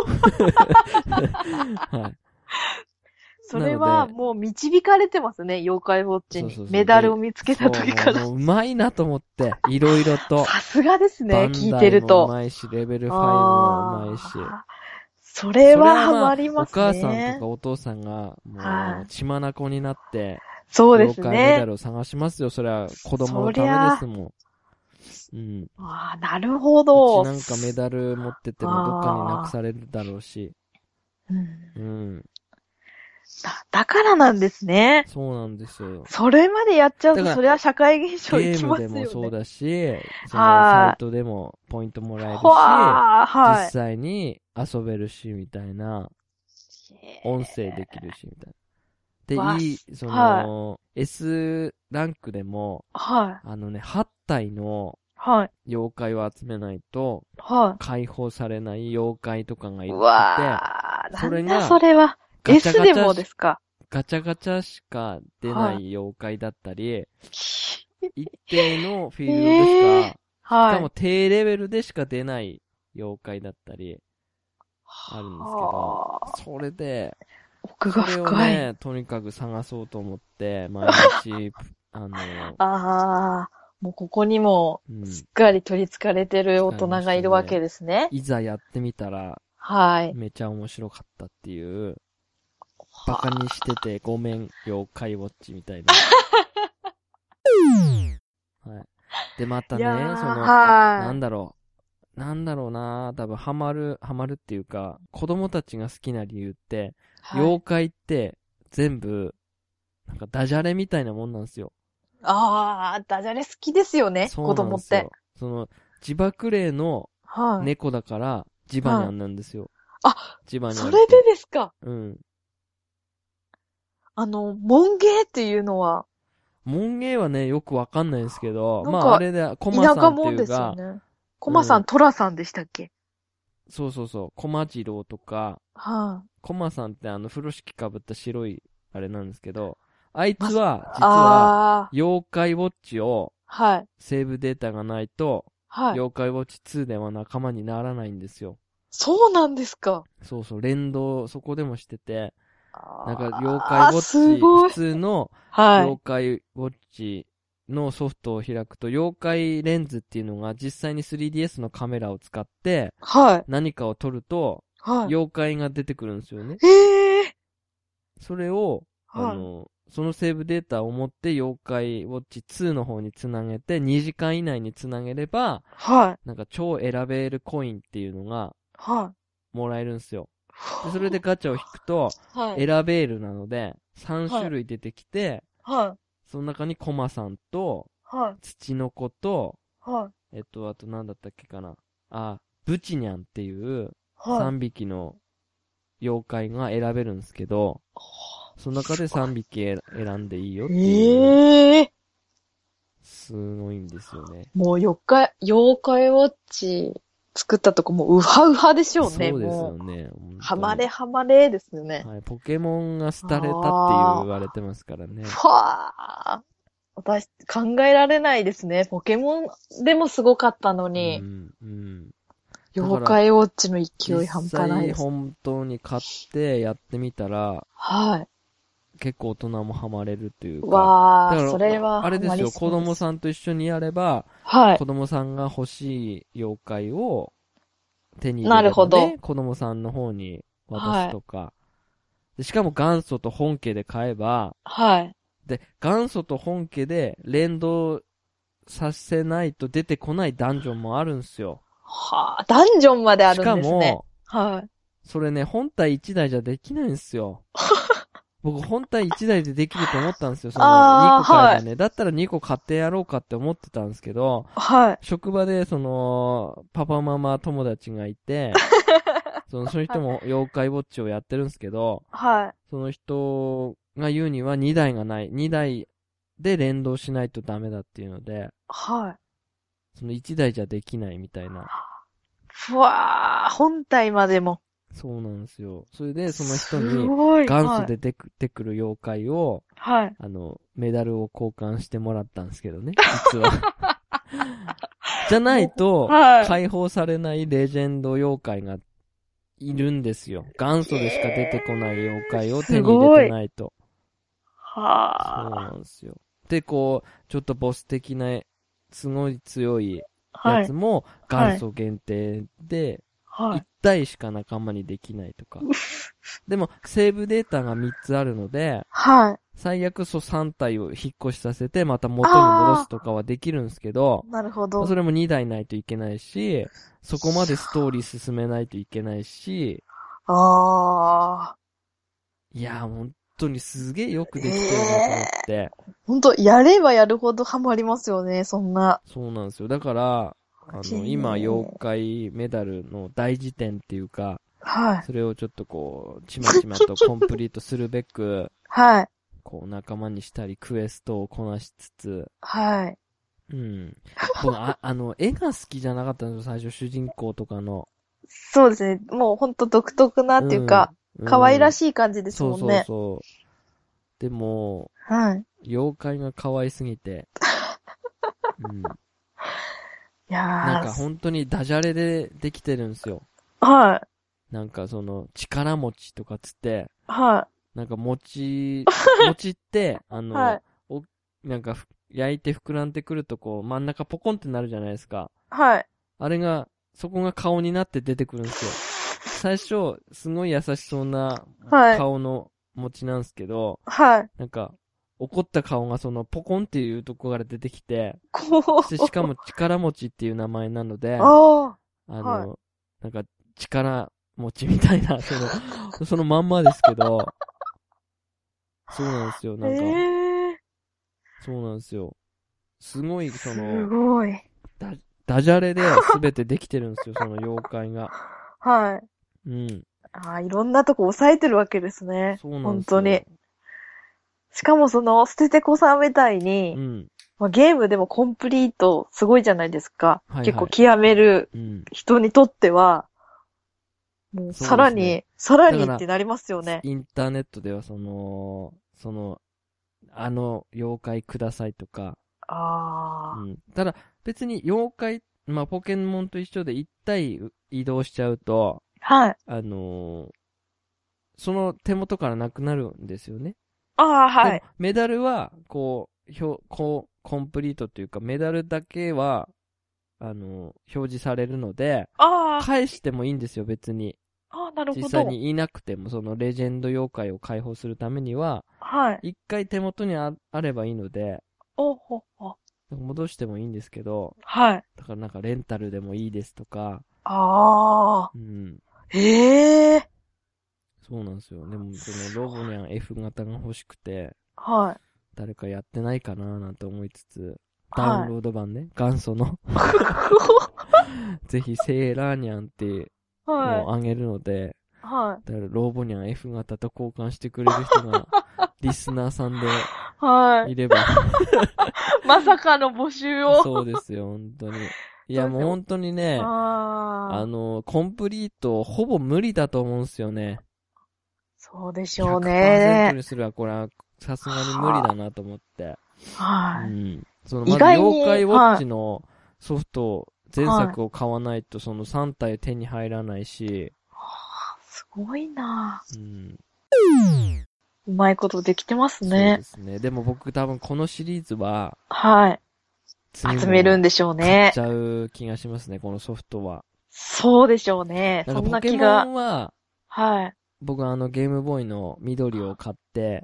はい。 それはもう導かれてますね、妖怪ウォッチに。そうそうそう、メダルを見つけた時から。 もううまいなと思って、いろいろと。 さすがですね、聞いてると。 バンダイもうまいし、レベルごもうまいし。 それはハマりますね。 お母さんとかお父さんが、もう、血眼になって、 そうですね。 妖怪メダルを探しますよ。それは子供のためですもん。うん。 ああ、なるほど。 うちなんかメダル持っててもどっかになくされるだろうし。うん。うん。 だ、だからなんですね。 そうなんですよ。 それまでやっちゃうと、それは社会現象いきますよね。 ゲームでもそうだし、そのサイトでもポイントもらえるし、はい、実際に遊べるし、みたいな。音声できるし、みたいな。で、いい、その、はい、S ランクでも、はい、あのね、はちたいの妖怪を集めないと、はい、解放されない妖怪とかがいて、 わそれが、それは、ガチャガチャ S でもですか？ ガチャガチャしか出ない妖怪だったり、はい、一定のフィールドでしか、えー、しかも低レベルでしか出ない妖怪だったり、あるんですけど、それで、 奥が深い。それをね、 とにかく探そうと思って、毎日、あの、 ああ、もうここにも、すっかり取り憑かれてる大人がいるわけですね。 うん、いざやってみたら、はい。めちゃ面白かったっていう、バカにしててごめん、妖怪ウォッチみたいな。はい。で、またね、その、なんだろう。なんだろうな多分ハマる、ハマるっていうか、子供たちが好きな理由って、はい、妖怪って全部、なんかダジャレみたいなもんなんですよ。 あー、ダジャレ好きですよね、子供って。 その、自爆霊の猫だから、ジバニャンなんですよ。 はい、あ、ジバニャン。それでですか。 うん。 あの、モンゲーっていうのは、 モンゲーはね、よくわかんないですけど、まああれで、コマさんっていうか、 ね、コマさん、トラさんでしたっけ？ そうそうそう、コマジロウとか、はあ、コマさんってあの風呂敷かぶった白いあれなんですけど、あいつは、実は、妖怪ウォッチを、はい。セーブデータがないと、はい。妖怪ウォッチツーでは仲間にならないんですよ。 そうなんですか。 そうそう、連動、そこでもしてて、なんか、妖怪ウォッチ、普通の、妖怪ウォッチのソフトを開くと、妖怪レンズっていうのが実際に スリーディーエス のカメラを使って、はい。何かを撮ると、はい。妖怪が出てくるんですよね。へー。それを、 はい、あの、そのセーブデータを持って妖怪ウォッチツーの方につなげて、にじかん以内につなげれば、はい。なんか超選べるコインっていうのが、はい。もらえるんですよ。で、それでガチャを引くと、はい。選べるなので、さん種類出てきて、はい。その中にコマさんと、はい。土の子と、はい。えっと、あと何だったっけかな。あ、ブチニャンっていう、さんびきの妖怪が選べるんですけど、その中でさんびき選んでいいよっていう。えー、すごいんですよね。 もう妖怪、妖怪ウォッチ作ったとこもうウハウハでしょうね。 そうですよね。 ハマれハマれですよね。 はい。ポケモンが廃れたって言われてますからね。 はあ。私、考えられないですね。ポケモンでもすごかったのに。うん、うん。妖怪ウォッチの勢い半端ないです。 実際本当に買ってやってみたら、はい。結構大人もハマれるというか。 わー、それはあれですよ、子供さんと一緒にやれば、はい。子供さんが欲しい妖怪を手に入れれば、ね、なるほど。子供さんの方に渡すとか。はい、でしかも元祖と本家で買えば、はい。で、元祖と本家で連動させないと出てこないダンジョンもあるんですよ。 はあ、ダンジョンまであるんですね。 しかも、はい。それね、本体いちだいじゃできないんですよ。僕、本体いちだいでできると思ったんですよ。そのにこ買えばね、はい。だったらにこ買ってやろうかって思ってたんですけど、はい。職場で、その、パパママ友達がいて、その、その人も妖怪ウォッチをやってるんですけど、はい。その人が言うにはにだいがない。にだいで連動しないとダメだっていうので、はい。そのいちだいじゃできないみたいな。 ふわー、本体までも。 そうなんですよ。それで、その人に、元祖で出てくる妖怪を、はい。あの、メダルを交換してもらったんですけどね、実は。じゃないと、はい、解放されないレジェンド妖怪がいるんですよ。元祖でしか出てこない妖怪を手に入れてないと。はあ。そうなんですよ。で、こう、ちょっとボス的な、すごい強いやつも、元祖限定で、はい、いち体しか仲間にできないとか。でも、セーブデータがみっつあるので、はい、最悪そうさん体を引っ越しさせて、また元に戻すとかはできるんですけど、 なるほど。 それもにだいないといけないし、そこまでストーリー進めないといけないし、ああ。いや、本当にすげえよくできてるなと思って。えー、 本当やればやるほどハマりますよね、そんな。 そうなんですよ。だから、あの、今、妖怪メダルの大辞典っていうか、はい。それをちょっとこう、ちまちまとコンプリートするべく、はい。こう、仲間にしたり、クエストをこなしつつ、はい。うん。僕、あ、あの、絵が好きじゃなかったんですよ、最初、主人公とかの。 そうですね。もうほんと独特なっていうか、うん、可愛らしい感じですもんね。そうそうそう。 でも、はい。妖怪が可愛すぎて、うん。いやー。なんか本当にダジャレでできてるんですよ。はい。なんかその、力持ちとかつって、はい。なんか餅、餅って、あの、はい、お、なんか、焼いて膨らんでくるとこう、真ん中ポコンってなるじゃないですか。はい。あれが、そこが顔になって出てくるんですよ。最初、すごい優しそうな顔の餅なんですけど、はい。なんか、怒った顔がそのポコンっていうとこから出てきて、そしてしかも力持ちっていう名前なので、あの、はい、なんか力持ちみたいな、その、そのまんまですけど、そうなんですよ、なんか、えー、そうなんですよ。すごい、その、すごい。ダ、ダジャレで全てできてるんですよ、その妖怪が。はい。うん。ああ、いろんなとこ抑えてるわけですね。そうなんですよ。本当に。しかもその、ステテコさんみたいに、うん、まあ、ゲームでもコンプリートすごいじゃないですか。はいはい、結構極める人にとっては、うん、もうさらに、ね、さらにってなりますよね。インターネットではその、その、あの妖怪くださいとか。ああ、うん。ただ別に妖怪、まあポケモンと一緒で一体移動しちゃうと、はい。あのー、その手元からなくなるんですよね。ああ、はい。でもメダルは、こう、ひょ、こう、コンプリートというか、メダルだけは、あの、表示されるので、ああ。返してもいいんですよ、別に。ああ、なるほど。実際にいなくても、そのレジェンド妖怪を解放するためには、 はい。一回手元に あ, あればいいので、 おほほ。 戻してもいいんですけど、 はい。 だからなんかレンタルでもいいですとか。 ああ。 うん。 へえ。 そうなんですよ。でも、そのロボニャン F 型が欲しくて、 はい。誰かやってないかななんて思いつつ、ダウンロード版ね、元祖の。ぜひセーラーニャンってもうあげるので、はい。だからローボニャン F 型と交換してくれる人が、リスナーさんで、はい。いれば。 まさかの募集を。 そうですよ、本当に。いや、もう本当にね、あ, あの、コンプリートほぼ無理だと思うんですよね。 そうでしょうね。 ひゃくパーセント にするは、これはさすがに無理だなと思って。はい。うん。その、まず、妖怪ウォッチのソフト、前作を買わないと、そのさん体手に入らないし。 はあ、すごいなぁ。うん。うまいことできてますね。そうですね。でも僕多分このシリーズは、 はい。集めるんでしょうね。 買っちゃう気がしますね、このソフトは。 そうでしょうね。そんな気が。 ポケモンは、はい。僕はあのゲームボーイの緑を買って、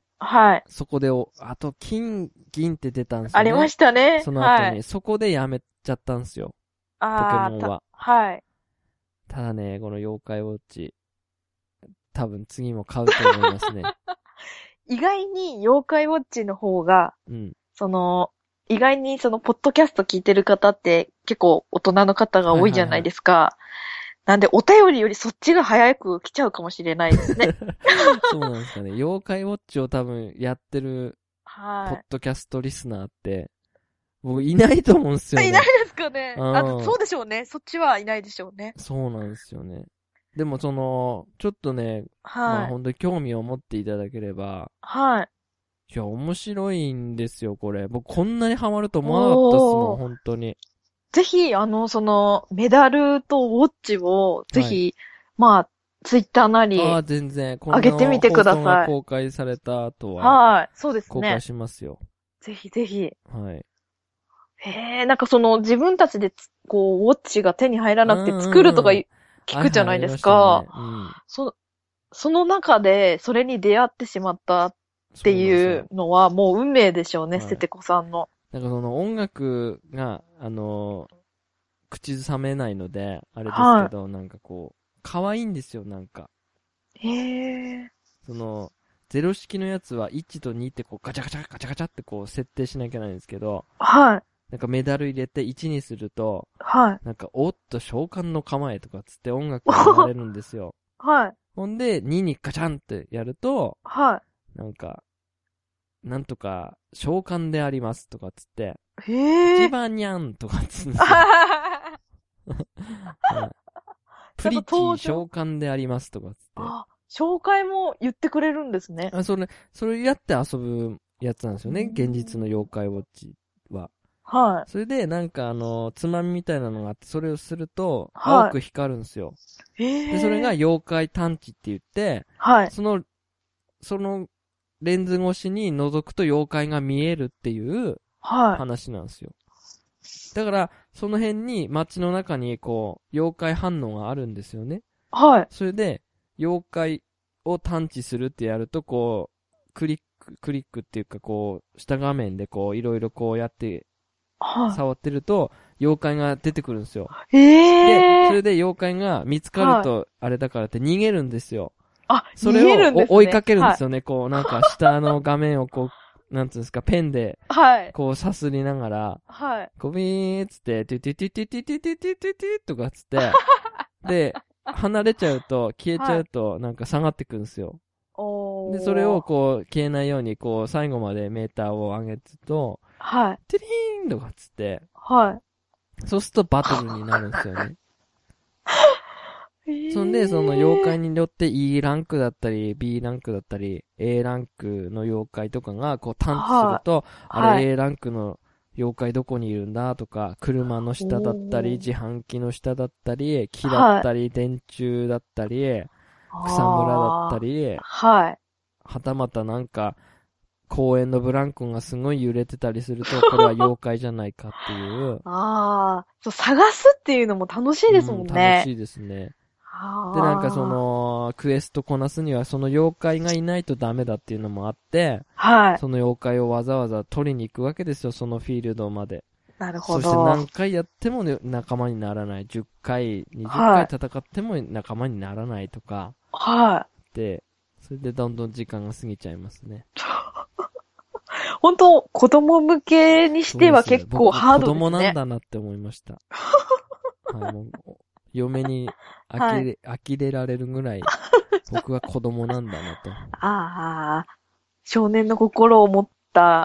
はい。そこでお、あと金、銀って出たんですよね。 ありましたね。 その後に、はい、そこでやめちゃったんですよ。あポケモンは。 はい。 ただね、この妖怪ウォッチ、多分次も買うと思いますね。 意外に妖怪ウォッチの方が、うん、その、意外にそのポッドキャスト聞いてる方って結構大人の方が多いじゃないですか。はいはいはい、なんでお便りよりそっちが早く来ちゃうかもしれないですね。 そうなんですかね。妖怪ウォッチを多分やってる、はい。ポッドキャストリスナーって、僕いないと思うんですよね。 いないですかね。あ、そうでしょうね。そっちはいないでしょうね。 そうなんですよね。でもその、ちょっとね、はい。まあ本当に興味を持っていただければ、はい。いや、面白いんですよ、これ。僕こんなにハマると思わなかったっすもん、本当に。 ぜひ、あの、その、メダルとウォッチを、ぜひ、はい、まあ、ツイッターなり、あ全然、上げてみてください。放送が公開された後は、 はい、そうですね。 公開しますよ。 ぜひぜひ。 はい。 へえ、なんかその、自分たちで、こう、ウォッチが手に入らなくて作るとか聞くじゃないですか。そ、その中で、それに出会ってしまったっていうのは、もう運命でしょうね、はい、ステテコさんの。 なんかその音楽が、あのー、口ずさめないので、あれですけど、はい、なんかこう、可愛いんですよ、なんか。 へー。 その、ゼロ式のやつはいちとにってこう、ガチャガチャガチャガチャってこう、設定しなきゃいけないんですけど、はい。なんかメダル入れていちにすると、はい。なんか、おっと召喚の構えとかつって音楽が流れるんですよ。はい。ほんで、ににガチャンってやると、はい。なんか、なんとか、召喚でありますとかつって、へー。一番にゃんとかつって、プリチー召喚でありますとかつって。あ、 紹介も言ってくれるんですね。 あ、それ、それやって遊ぶやつなんですよね。現実の妖怪ウォッチは。はい。それで、なんかあの、つまみみたいなのがあって、それをすると、青く光るんですよ。はい、で、それが妖怪探知って言って、はい。その、その、レンズ越しに覗くと妖怪が見えるっていう話なんですよ。はい、だから、その辺に街の中にこう、妖怪反応があるんですよね。はい。それで、妖怪を探知するってやると、こう、クリック、クリックっていうかこう、下画面でこう、いろいろこうやって、はい、触ってると、妖怪が出てくるんですよ。えー、で、それで妖怪が見つかると、あれだからって逃げるんですよ。あ、それを、ね、追いかけるんですよね。はい、こう、なんか下の画面をこう、なんつうんですか、ペンで、はい。こう、さすりながら、はい。こう、ビーっつって、トゥトゥトゥトゥトゥトゥトゥトゥトゥトゥとかつって、で、離れちゃうと、消えちゃうと、なんか下がってくるんですよ。はい、で、それをこう、消えないように、こう、最後までメーターを上げると、はい。ティリーンとかつって、はい。そうするとバトルになるんですよね。そんで、その妖怪によって E ランクだったり、B ランクだったり、A ランクの妖怪とかがこう探知すると、はい、あれ A ランクの妖怪どこにいるんだとか、車の下だったり、自販機の下だったり、木だったり、はい、電柱だったり、草むらだったり、はい。はたまたなんか、公園のブランコがすごい揺れてたりすると、これは妖怪じゃないかっていう。 ああ、そう、探すっていうのも楽しいですもんね。 うん、楽しいですね。 で、なんかその、クエストこなすにはその妖怪がいないとダメだっていうのもあって、はい。その妖怪をわざわざ取りに行くわけですよ、そのフィールドまで。 なるほど。 そして何回やっても、ね、仲間にならない。じゅっかい、にじゅっかい戦っても仲間にならないとか。はい。で、それでどんどん時間が過ぎちゃいますね。 本当子供向けにしては結構ハードですね。 子供なんだなって思いました。はい、もう嫁に呆れ、はい、呆れられるぐらい、僕は子供なんだなと。 ああ、少年の心を持った。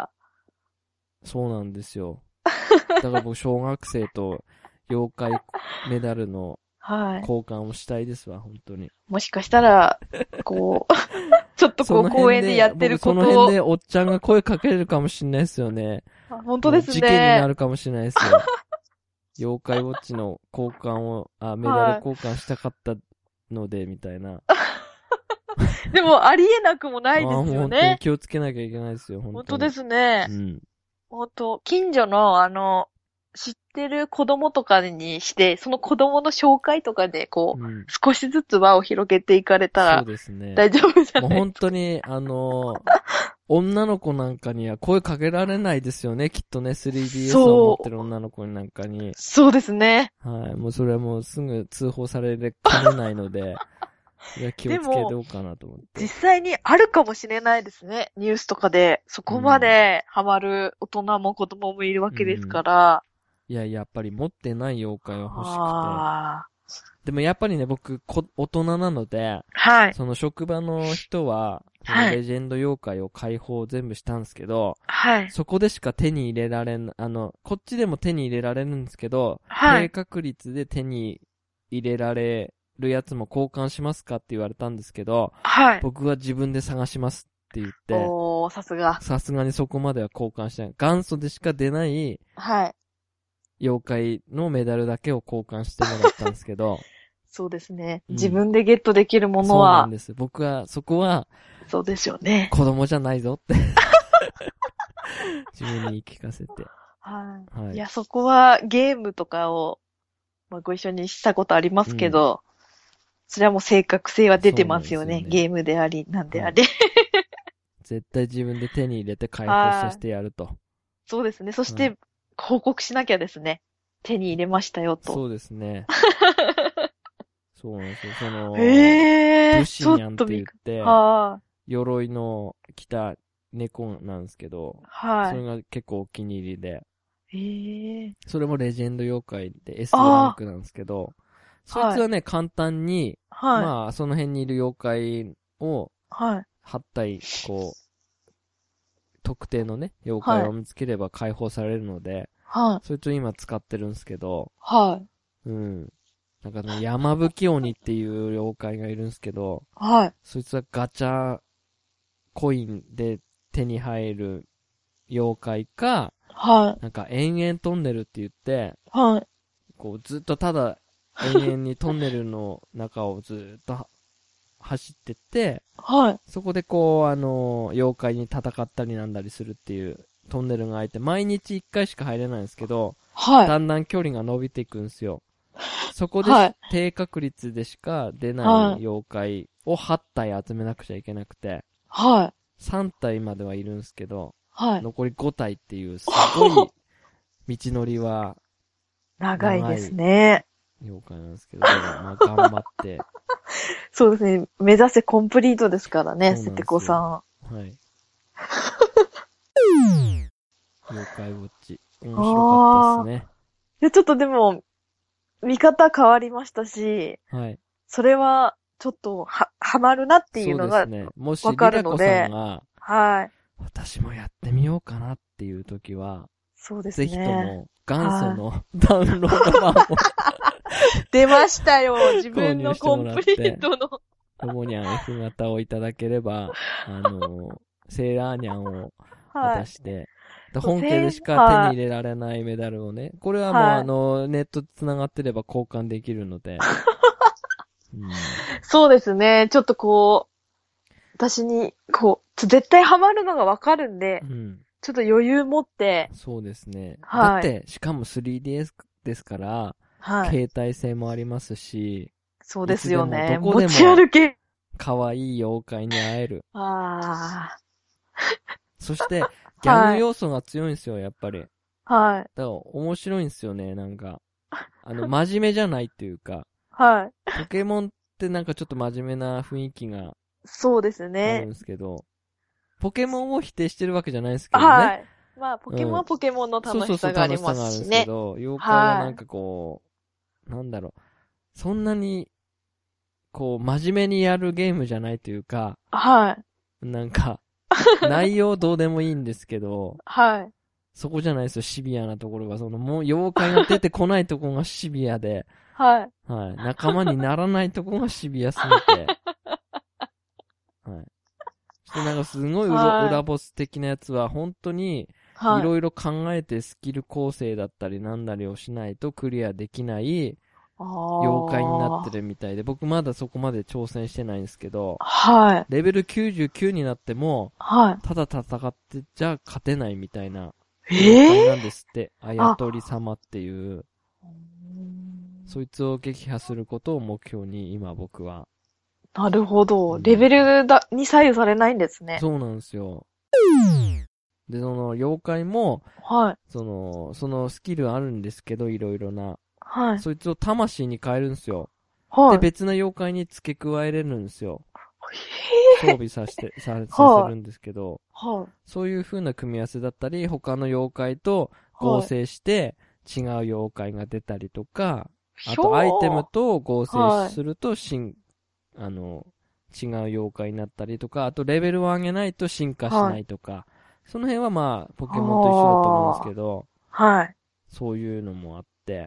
そうなんですよ。だから僕、小学生と妖怪メダルの交換をしたいですわ、本当に。 もしかしたら、こう、ちょっとこう公園でやってることを。 その辺でおっちゃんが声かけれるかもしれないですよね。 あ、本当ですね。 事件になるかもしれないですよ。妖怪ウォッチの交換を、あ、メダル交換したかったので、みたいな。 でも、ありえなくもないですよね。 本当に気をつけなきゃいけないですよ、本当に。 本当ですね。うん。本当、近所の、あの、知ってる子供とかにして、その子供の紹介とかで、こう、うん、少しずつ輪を広げていかれたら、そうですね。大丈夫じゃないですか。もう本当に、あのー、女の子なんかには声かけられないですよね、きっとね、スリーディーエス を持ってる女の子なんかに。 そうですね。 はい、もうそれはもうすぐ通報されかねないので、いや気をつけようかなと思って。 実際にあるかもしれないですね、ニュースとかで。そこまでハマる大人も子供もいるわけですから。 うん、いや、やっぱり持ってない妖怪は欲しくて。でもやっぱりね、僕、こ大人なので、はい。その職場の人は、はい、レジェンド妖怪を解放全部したんですけど、はい。そこでしか手に入れられん、あの、こっちでも手に入れられるんですけど、はい。低確率で手に入れられるやつも交換しますかって言われたんですけど、はい。僕は自分で探しますって言って、 おー、さすが。 さすがにそこまでは交換しない。元祖でしか出ない、はい。妖怪のメダルだけを交換してもらったんですけど、 そうですね、うん。自分でゲットできるものは。 そうなんです。僕は、そこは、 そうでしょうね。 子供じゃないぞって。自分に言い聞かせて。 はい。はい。いや、そこはゲームとかを、まあ、ご一緒にしたことありますけど、うん、それはもう正確性は出てますよね。よねゲームであり、なんであれ。はい、 絶対自分で手に入れて解放させてやると。 そうですね。そして、報告しなきゃですね。手に入れましたよと。 そうですね。そうなんですよ。その、えー、ブシニャンって言って、は鎧の着た猫なんですけど、はい。それが結構お気に入りで、えー、それもレジェンド妖怪で エス ランクなんですけど、そいつはね、はい、簡単に、はい、まあ、その辺にいる妖怪を、はい。はったり、こう、特定のね、妖怪を見つければ解放されるので、はい。そいつを今使ってるんですけど、はい。うん。なんかね、山吹鬼っていう妖怪がいるんですけど、はい。そいつはガチャコインで手に入る妖怪か、はい。なんか延々トンネルって言って、はい。こうずっとただ延々にトンネルの中をずっと走ってって、はい。そこでこう、あの、妖怪に戦ったりなんだりするっていうトンネルが開いて、毎日いっかいしか入れないんですけど、はい。だんだん距離が伸びていくんですよ。そこで、はい、低確率でしか出ない妖怪をはち体集めなくちゃいけなくて、はい。さん体まではいるんですけど、はい。残りご体っていう、すごい道のりは長いですね。 妖怪なんですけど、だからまあ頑張って。 そうですね。目指せコンプリートですからね、セテコさん。はい。 妖怪ウォッチ。面白かったですね。 いや、ちょっとでも、見方変わりましたし、はい。それは、ちょっと、は、はまるなっていうのが、そうですね。もし、リラコさんが、はい。 私もやってみようかなっていう時は、 そうですね。 ぜひとも、元祖のダウンロード版を出ましたよ、自分のコンプリートの。 ともにゃん F 型をいただければ、あの、セーラーニャンを渡して、はい、本家でしか手に入れられないメダルをね、これはもう、はい、あの、ネット繋がってれば交換できるので。 うん、そうですね、ちょっとこう、私に、こう、絶対ハマるのがわかるんで、うん、ちょっと余裕持って。 そうですね。はい、だって、しかも スリーディーエス ですから、はい、携帯性もありますし、 そうですよね。どこでも持ち歩け。 可愛い妖怪に会える。 ああ。 そして、ギャグ要素が強いんですよ、やっぱり。 はい。 だから面白いんですよね、なんか。あの、真面目じゃないっていうか。 はい。 ポケモンってなんかちょっと真面目な雰囲気が。 そうですね。 あるんですけど。ポケモンを否定してるわけじゃないですけどね。 はい。まあ、ポケモンはポケモンの楽しさがありますしね。そうそうそう、楽しさがあるんですけど、妖怪はなんかこう、なんだろう。そんなに、こう、真面目にやるゲームじゃないというか。 はい。 なんか、内容どうでもいいんですけど。 はい。 そこじゃないですよ、シビアなところが。その、もう妖怪が出てこないところがシビアで。 はい。 はい。仲間にならないところがシビアすぎて。はい。そしてなんかすごい裏、裏ボス的なやつは、本当に、いろいろ考えてスキル構成だったりなんだりをしないとクリアできない妖怪になってるみたいで、僕まだそこまで挑戦してないんですけど、 はい。 レベルきゅうじゅうきゅうになっても、 はい。 ただ戦ってじゃ勝てないみたいな妖怪なんですって、あやとり様っていう、そいつを撃破することを目標に今僕は。 なるほど。レベルだに左右されないんですね。 そうなんですよ。で、その妖怪も、 はい。 その、そのスキルあるんですけど、いろいろな。 はい。 そいつを魂に変えるんですよ。 はい。 で、別な妖怪に付け加えれるんですよ。 へ装備させて、さ、させるんですけど、 はい。 そういう風な組み合わせだったり、他の妖怪と合成して違う妖怪が出たりとか、あとアイテムと合成すると新、あの、違う妖怪になったりとか、あとレベルを上げないと進化しないとか、はい、その辺はまあ、ポケモンと一緒だと思うんですけど、 はい。 そういうのもあって、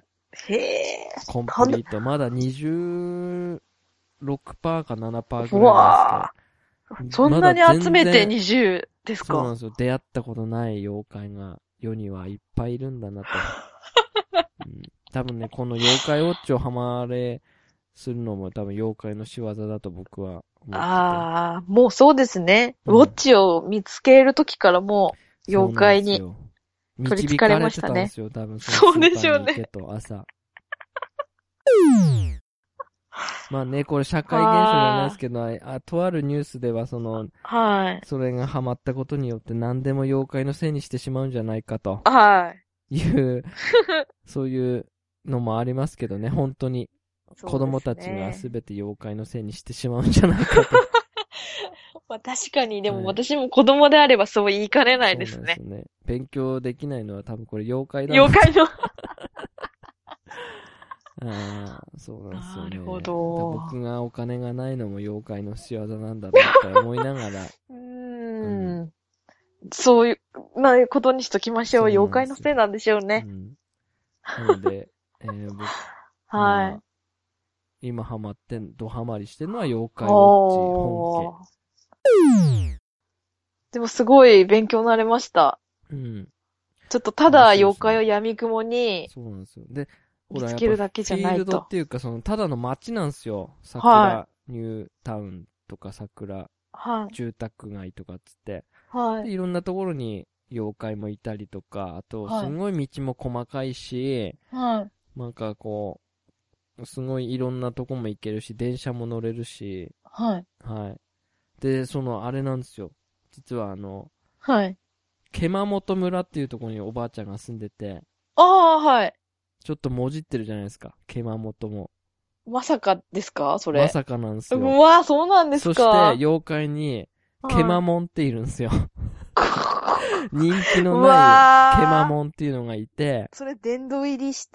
へえ。 コンプリート、まだにじゅうろくパーセントかななパーセントぐらいなんですけど。 うわそんなに集めてにじゅうですか？ そうなんですよ。出会ったことない妖怪が世にはいっぱいいるんだなと。うん、多分ね、この妖怪ウォッチをハマれするのも多分妖怪の仕業だと僕は思ってて。 ああ、もうそうですね。うん、ウォッチを見つけるときからもう妖怪に取り憑かれましたね。 導かれてたんですよ、多分そのスーパーに行けと。そうでしょうね。 朝。まあね、これ社会現象じゃないですけど、あ、とあるニュースではその、 はい。 それがハマったことによって何でも妖怪のせいにしてしまうんじゃないかと。 はい。 いう、そういうのもありますけどね、本当に。子供たちが全て妖怪のせいにしてしまうんじゃないかと。 まあ確かに、でも私も子供であればそう言いかねないですね。そうですね。勉強できないのは多分これ妖怪だな。 妖怪の。 ああ、そうなんですよね。 なるほど。 僕がお金がないのも妖怪の仕業なんだろうって思いながら。 うーん。うん、そういう、まあ、ことにしときましょう。妖怪のせいなんでしょうね。うん、 なので、えー、僕、 はい、 まあ。今ハマってん、ドハマりしてるのは妖怪ウォッチ本家。でもすごい勉強になれました。 うん。 ちょっとただ妖怪を闇雲に、 そうなんですよ。で、 見つけるだけじゃないと。 フィールドっていうか、その、ただの街なんですよ。桜、はい、ニュータウンとか桜、はい、住宅街とかっつって。はい。で、いろんなところに妖怪もいたりとか、あと、すごい道も細かいし、はい。なんかこう、すごいいろんなとこも行けるし、電車も乗れるし、はい。はい。で、その、あれなんですよ。実はあの、はい。熊本村っていうところにおばあちゃんが住んでて、ああ、はい。ちょっともじってるじゃないですか、熊本も。まさかですかそれ。まさかなんですよ。うわ、そうなんですか。そして、妖怪に、ケマモンっているんですよ。人気のないケマモンっていうのがいて。それ、殿堂入りした。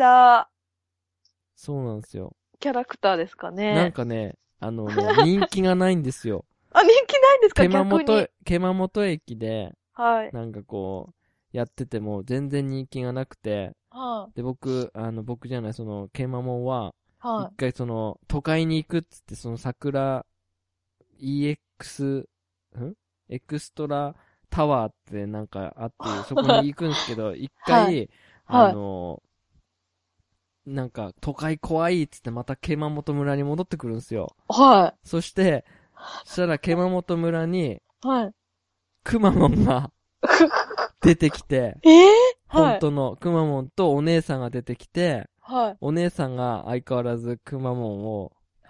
そうなんですよ。キャラクターですかね。なんかね、あのね、人気がないんですよ。あ、人気ないんですか逆に。熊本駅で、はい。なんかこう、やってても全然人気がなくて、はあ、で、僕、あの、僕じゃない、その、ケマモンは、はあ、一回その、都会に行くっつって、その桜、イーエックス、んエクストラタワーってなんかあって、そこに行くんですけど、一回、はい、あの、はい、なんか、都会怖いっつってまたケマモト村に戻ってくるんですよ。はい。そして、そしたらケマモト村に、はい。クマモンが、出てきて、えー、本当のくまモンとお姉さんが出てきて、はい、お姉さんが相変わらずくまモンを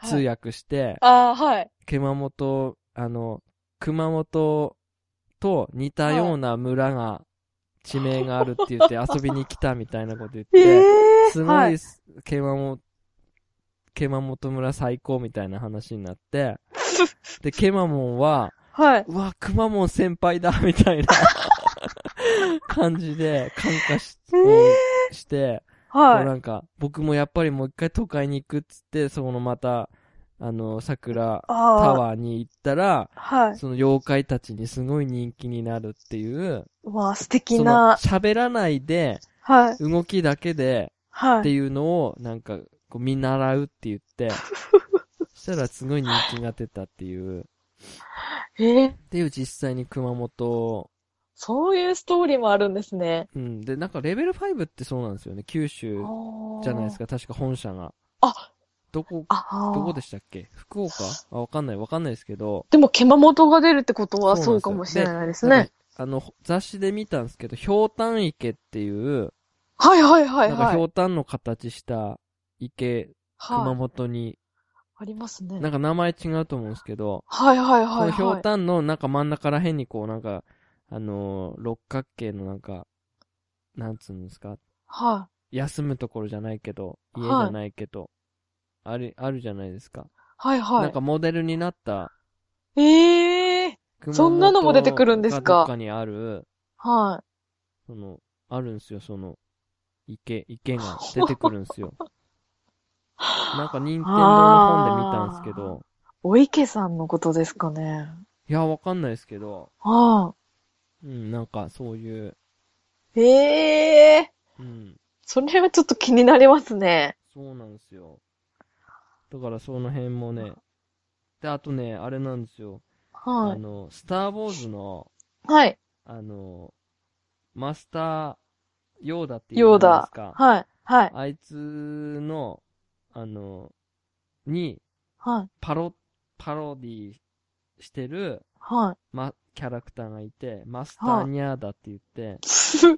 通訳して、 ああ、はい。 熊本、あの、熊本と似たような村が、地名があるって言って遊びに来たみたいなこと言って、えー、すごい、はい、熊本、熊本村最高みたいな話になって、で、ケマモンは、はい。うわ、くまモン先輩だみたいな感じで感化し、えー、して、はい。なんか、僕もやっぱりもう一回都会に行くっつって、そのまた、あの、桜タワーに行ったら、はい。その妖怪たちにすごい人気になるっていう、 うわ、素敵な。 喋らないで、はい。動きだけで、はい。っていうのを、なんか、こう見習うって言って、そしたらすごい人気が出たっていう。えー、っていう実際に熊本。 そういうストーリーもあるんですね。 うん。で、なんかレベルごってそうなんですよね。九州じゃないですか。確か本社が。 あ、 どこ、どこでしたっけ？福岡？あ、わかんない、わかんないですけど。 でも、熊本が出るってことはそうかもしれないですね。 あの、雑誌で見たんですけど、ひょうたん池っていう、 はいはいはいはい。 なんかひょうたんの形した池、はい、熊本に、 ありますね。 なんか名前違うと思うんですけど、 はいはいはい、はい。 そのひょうたんのなんか真ん中ら辺にこうなんか、あのー、六角形のなんか、なんつうんですか。はい。休むところじゃないけど、家じゃないけど、はい、ある、あるじゃないですか。はいはい。なんかモデルになった、 ええー、そんなのも出てくるんですか？ どっかにある、はい。その、あるんですよ、その、池、池が出てくるんですよ。なんか任天堂の本で見たんですけど。 お池さんのことですかね。 いや、わかんないですけど。はあ。うん、なんかそういう。 へえー。うん。それはちょっと気になりますね。 そうなんですよ。だからその辺もね。で、あとね、あれなんですよ。はい。あの、スター・ウォーズの、はい。あの、マスター、ヨーダっていうじゃないですか。はい。はい。あいつの、あの、に、はい。パロ、パロディしてる、はい。ま、キャラクターがいて、マスターニャーダって言って、はい、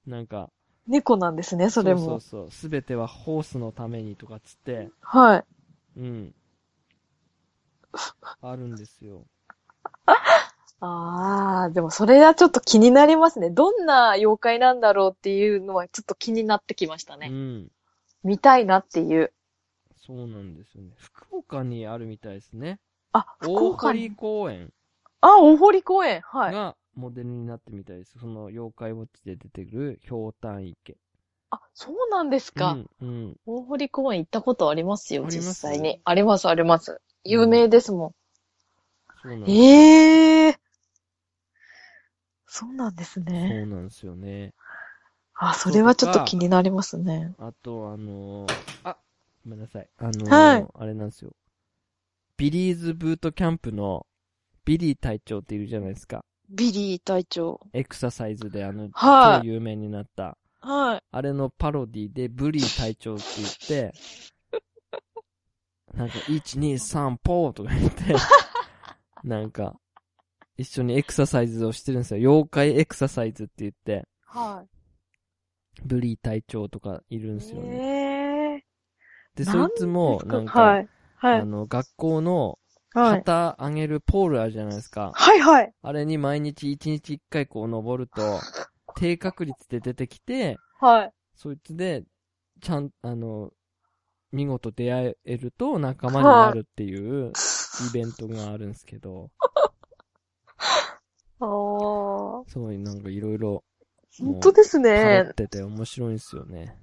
なんか、 猫なんですね、それも。 そうそうそう。すべてはホースのためにとかつって、はい。うん。あるんですよ。 ああ、でもそれはちょっと気になりますね。どんな妖怪なんだろうっていうのはちょっと気になってきましたね。うん。見たいなっていう。 そうなんですよね。福岡にあるみたいですね。あ、福岡に。大堀公園。 あ、大堀公園。はい。 がモデルになってみたいです。その妖怪ウォッチで出てくるひょうたん池。 あ、そうなんですか。うん、うん。大堀公園行ったことありますよ、実際に。あります、あります。有名ですもん。うん、そうなんです。ええー。そうなんですね。 そうなんですよね。 あ、それはちょっと気になりますね。 あと、あのー、あ、ごめんなさい。あのー、はい、あれなんですよ。ビリーズブートキャンプのビリー隊長っているじゃないですか。 ビリー隊長。 エクササイズであの、はい、超有名になった。はい。あれのパロディでブリー隊長って言って、なんか、いち、に、さん、ポーとか言って、なんか、一緒にエクササイズをしてるんですよ。妖怪エクササイズって言って。はい。ブリー隊長とかいるんですよね。えー、で、そいつも、なんか、はい。はい。あの、学校の、旗上げるポールあるじゃないですか。はいはい。あれに毎日一日一回こう登ると、低確率で出てきて、はい。そいつで、ちゃん、あの、見事出会えると仲間になるっていうイベントがあるんですけど。ああ。すごいなんかいろいろ。 本当ですね。 パロってて面白いんですよね。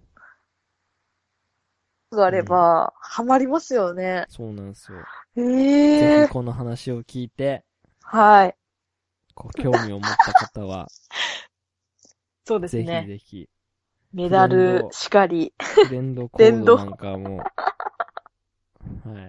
があれば、うん、ハマりますよね。 そうなんですよ。へえ。ぜひこの話を聞いて。はい。こう、興味を持った方は。 そうですね。 ぜひぜひ。 メダルしかり。 フレンドコードなんかも。はい。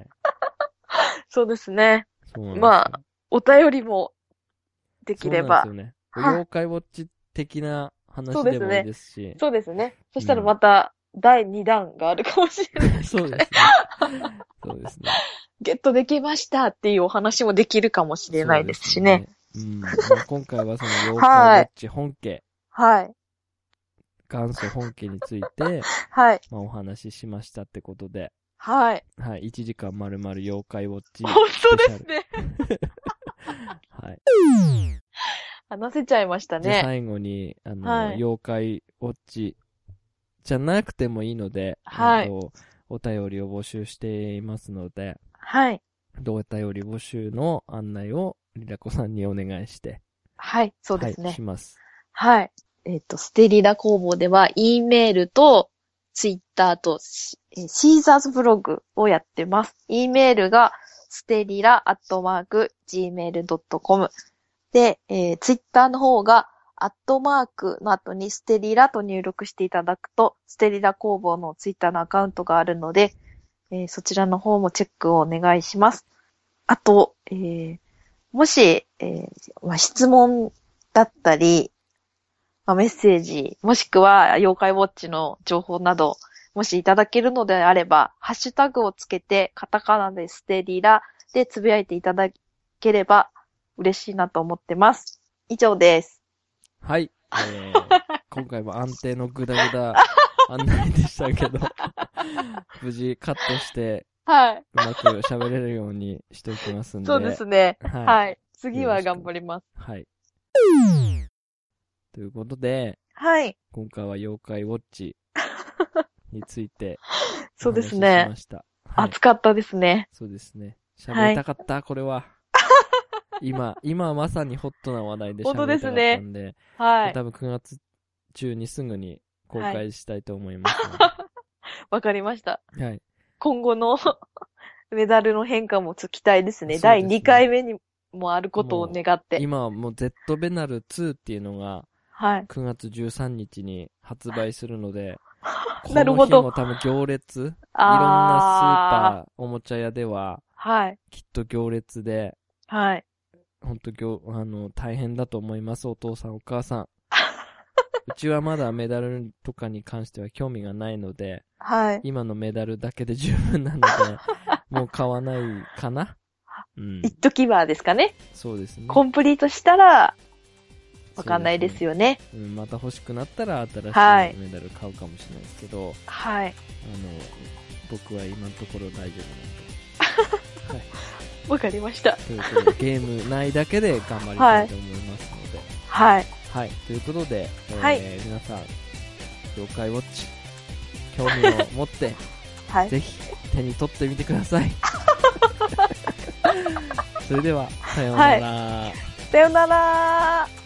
そうですね。そうなんですよ。まあ、お便りもできれば。 そうなんですよね。妖怪ウォッチ的な話でもいいですし。 そうですね。そうですね。そしたらまた、だいにだんがあるかもしれない。 そうですね。そうですね。 ゲットできましたっていうお話もできるかもしれないですしね。 うん。まあ、今回はその妖怪ウォッチ本家。はい。元祖本家について、はい。まあ、お話ししましたってことで。 はい。 はい。いちじかん丸々妖怪ウォッチ。 本当ですね。 はい。 話せちゃいましたね。 じゃあ最後に、あの、はい、妖怪ウォッチじゃなくてもいいので、はい。お便りを募集していますので、 はい。 お便り募集の案内をリラコさんにお願いして。 はい、そうですね。 はい、します。 はい。えっ、ー、と、ステリラ工房では、E メールと、ツイッターと、シーザーズブログをやってます。E メールが、ステリラアットマーク、ジーメールドットコム。で、えー、ツイッターの方が、アットマークの後にステリラと入力していただくと、ステリラ工房のツイッターのアカウントがあるので、えー、そちらの方もチェックをお願いします。あと、えー、もし、えーまあ、質問だったり、まあ、メッセージ、もしくは妖怪ウォッチの情報など、もしいただけるのであれば、ハッシュタグをつけて、カタカナでステリラでつぶやいていただければ嬉しいなと思ってます。以上です。 はい。えー、今回も安定のグダグダ案内でしたけど、無事カットして、はい。うまく喋れるようにしておきますんで。 そうですね。はい。はい、次は頑張ります。 はい。ということで、 はい。 今回は妖怪ウォッチについてそうですね。 ました。 はい、熱かったですね。 そうですね。喋りたかった、はい、これは。今、今はまさにホットな話題で喋りたかったんで、本当ですね。はい。多分くがつ中にすぐに公開したいと思いますので。わ、 はい、かりました。 はい。 今後のメダルの変化もちょっと期待ですね。だいにかいめにもあることを願って。 今はもう Z ベナルツーっていうのが、はい。くがつじゅうさんにちに発売するので、 なるほど。 この日も多分行列、いろんなスーパー、おもちゃ屋では、はい。きっと行列で、はい。ほんと行、あの、大変だと思います、お父さんお母さん。うちはまだメダルとかに関しては興味がないので、はい。今のメダルだけで十分なので、もう買わないかな。 うん。一時はですかね。 そうですね。 コンプリートしたら、わかんないですよね。 うね、うん、また欲しくなったら新しいメダル買うかもしれないですけど、はい。あの、僕は今のところ大丈夫なんで。 はい。わかりました。 ということで、ゲーム内だけで頑張りたいと思いますので。はい。はい。ということで、えーはい、皆さん、妖怪ウォッチ、興味を持って、はい、ぜひ手に取ってみてください。それでは、さようなら。 はい、さようなら。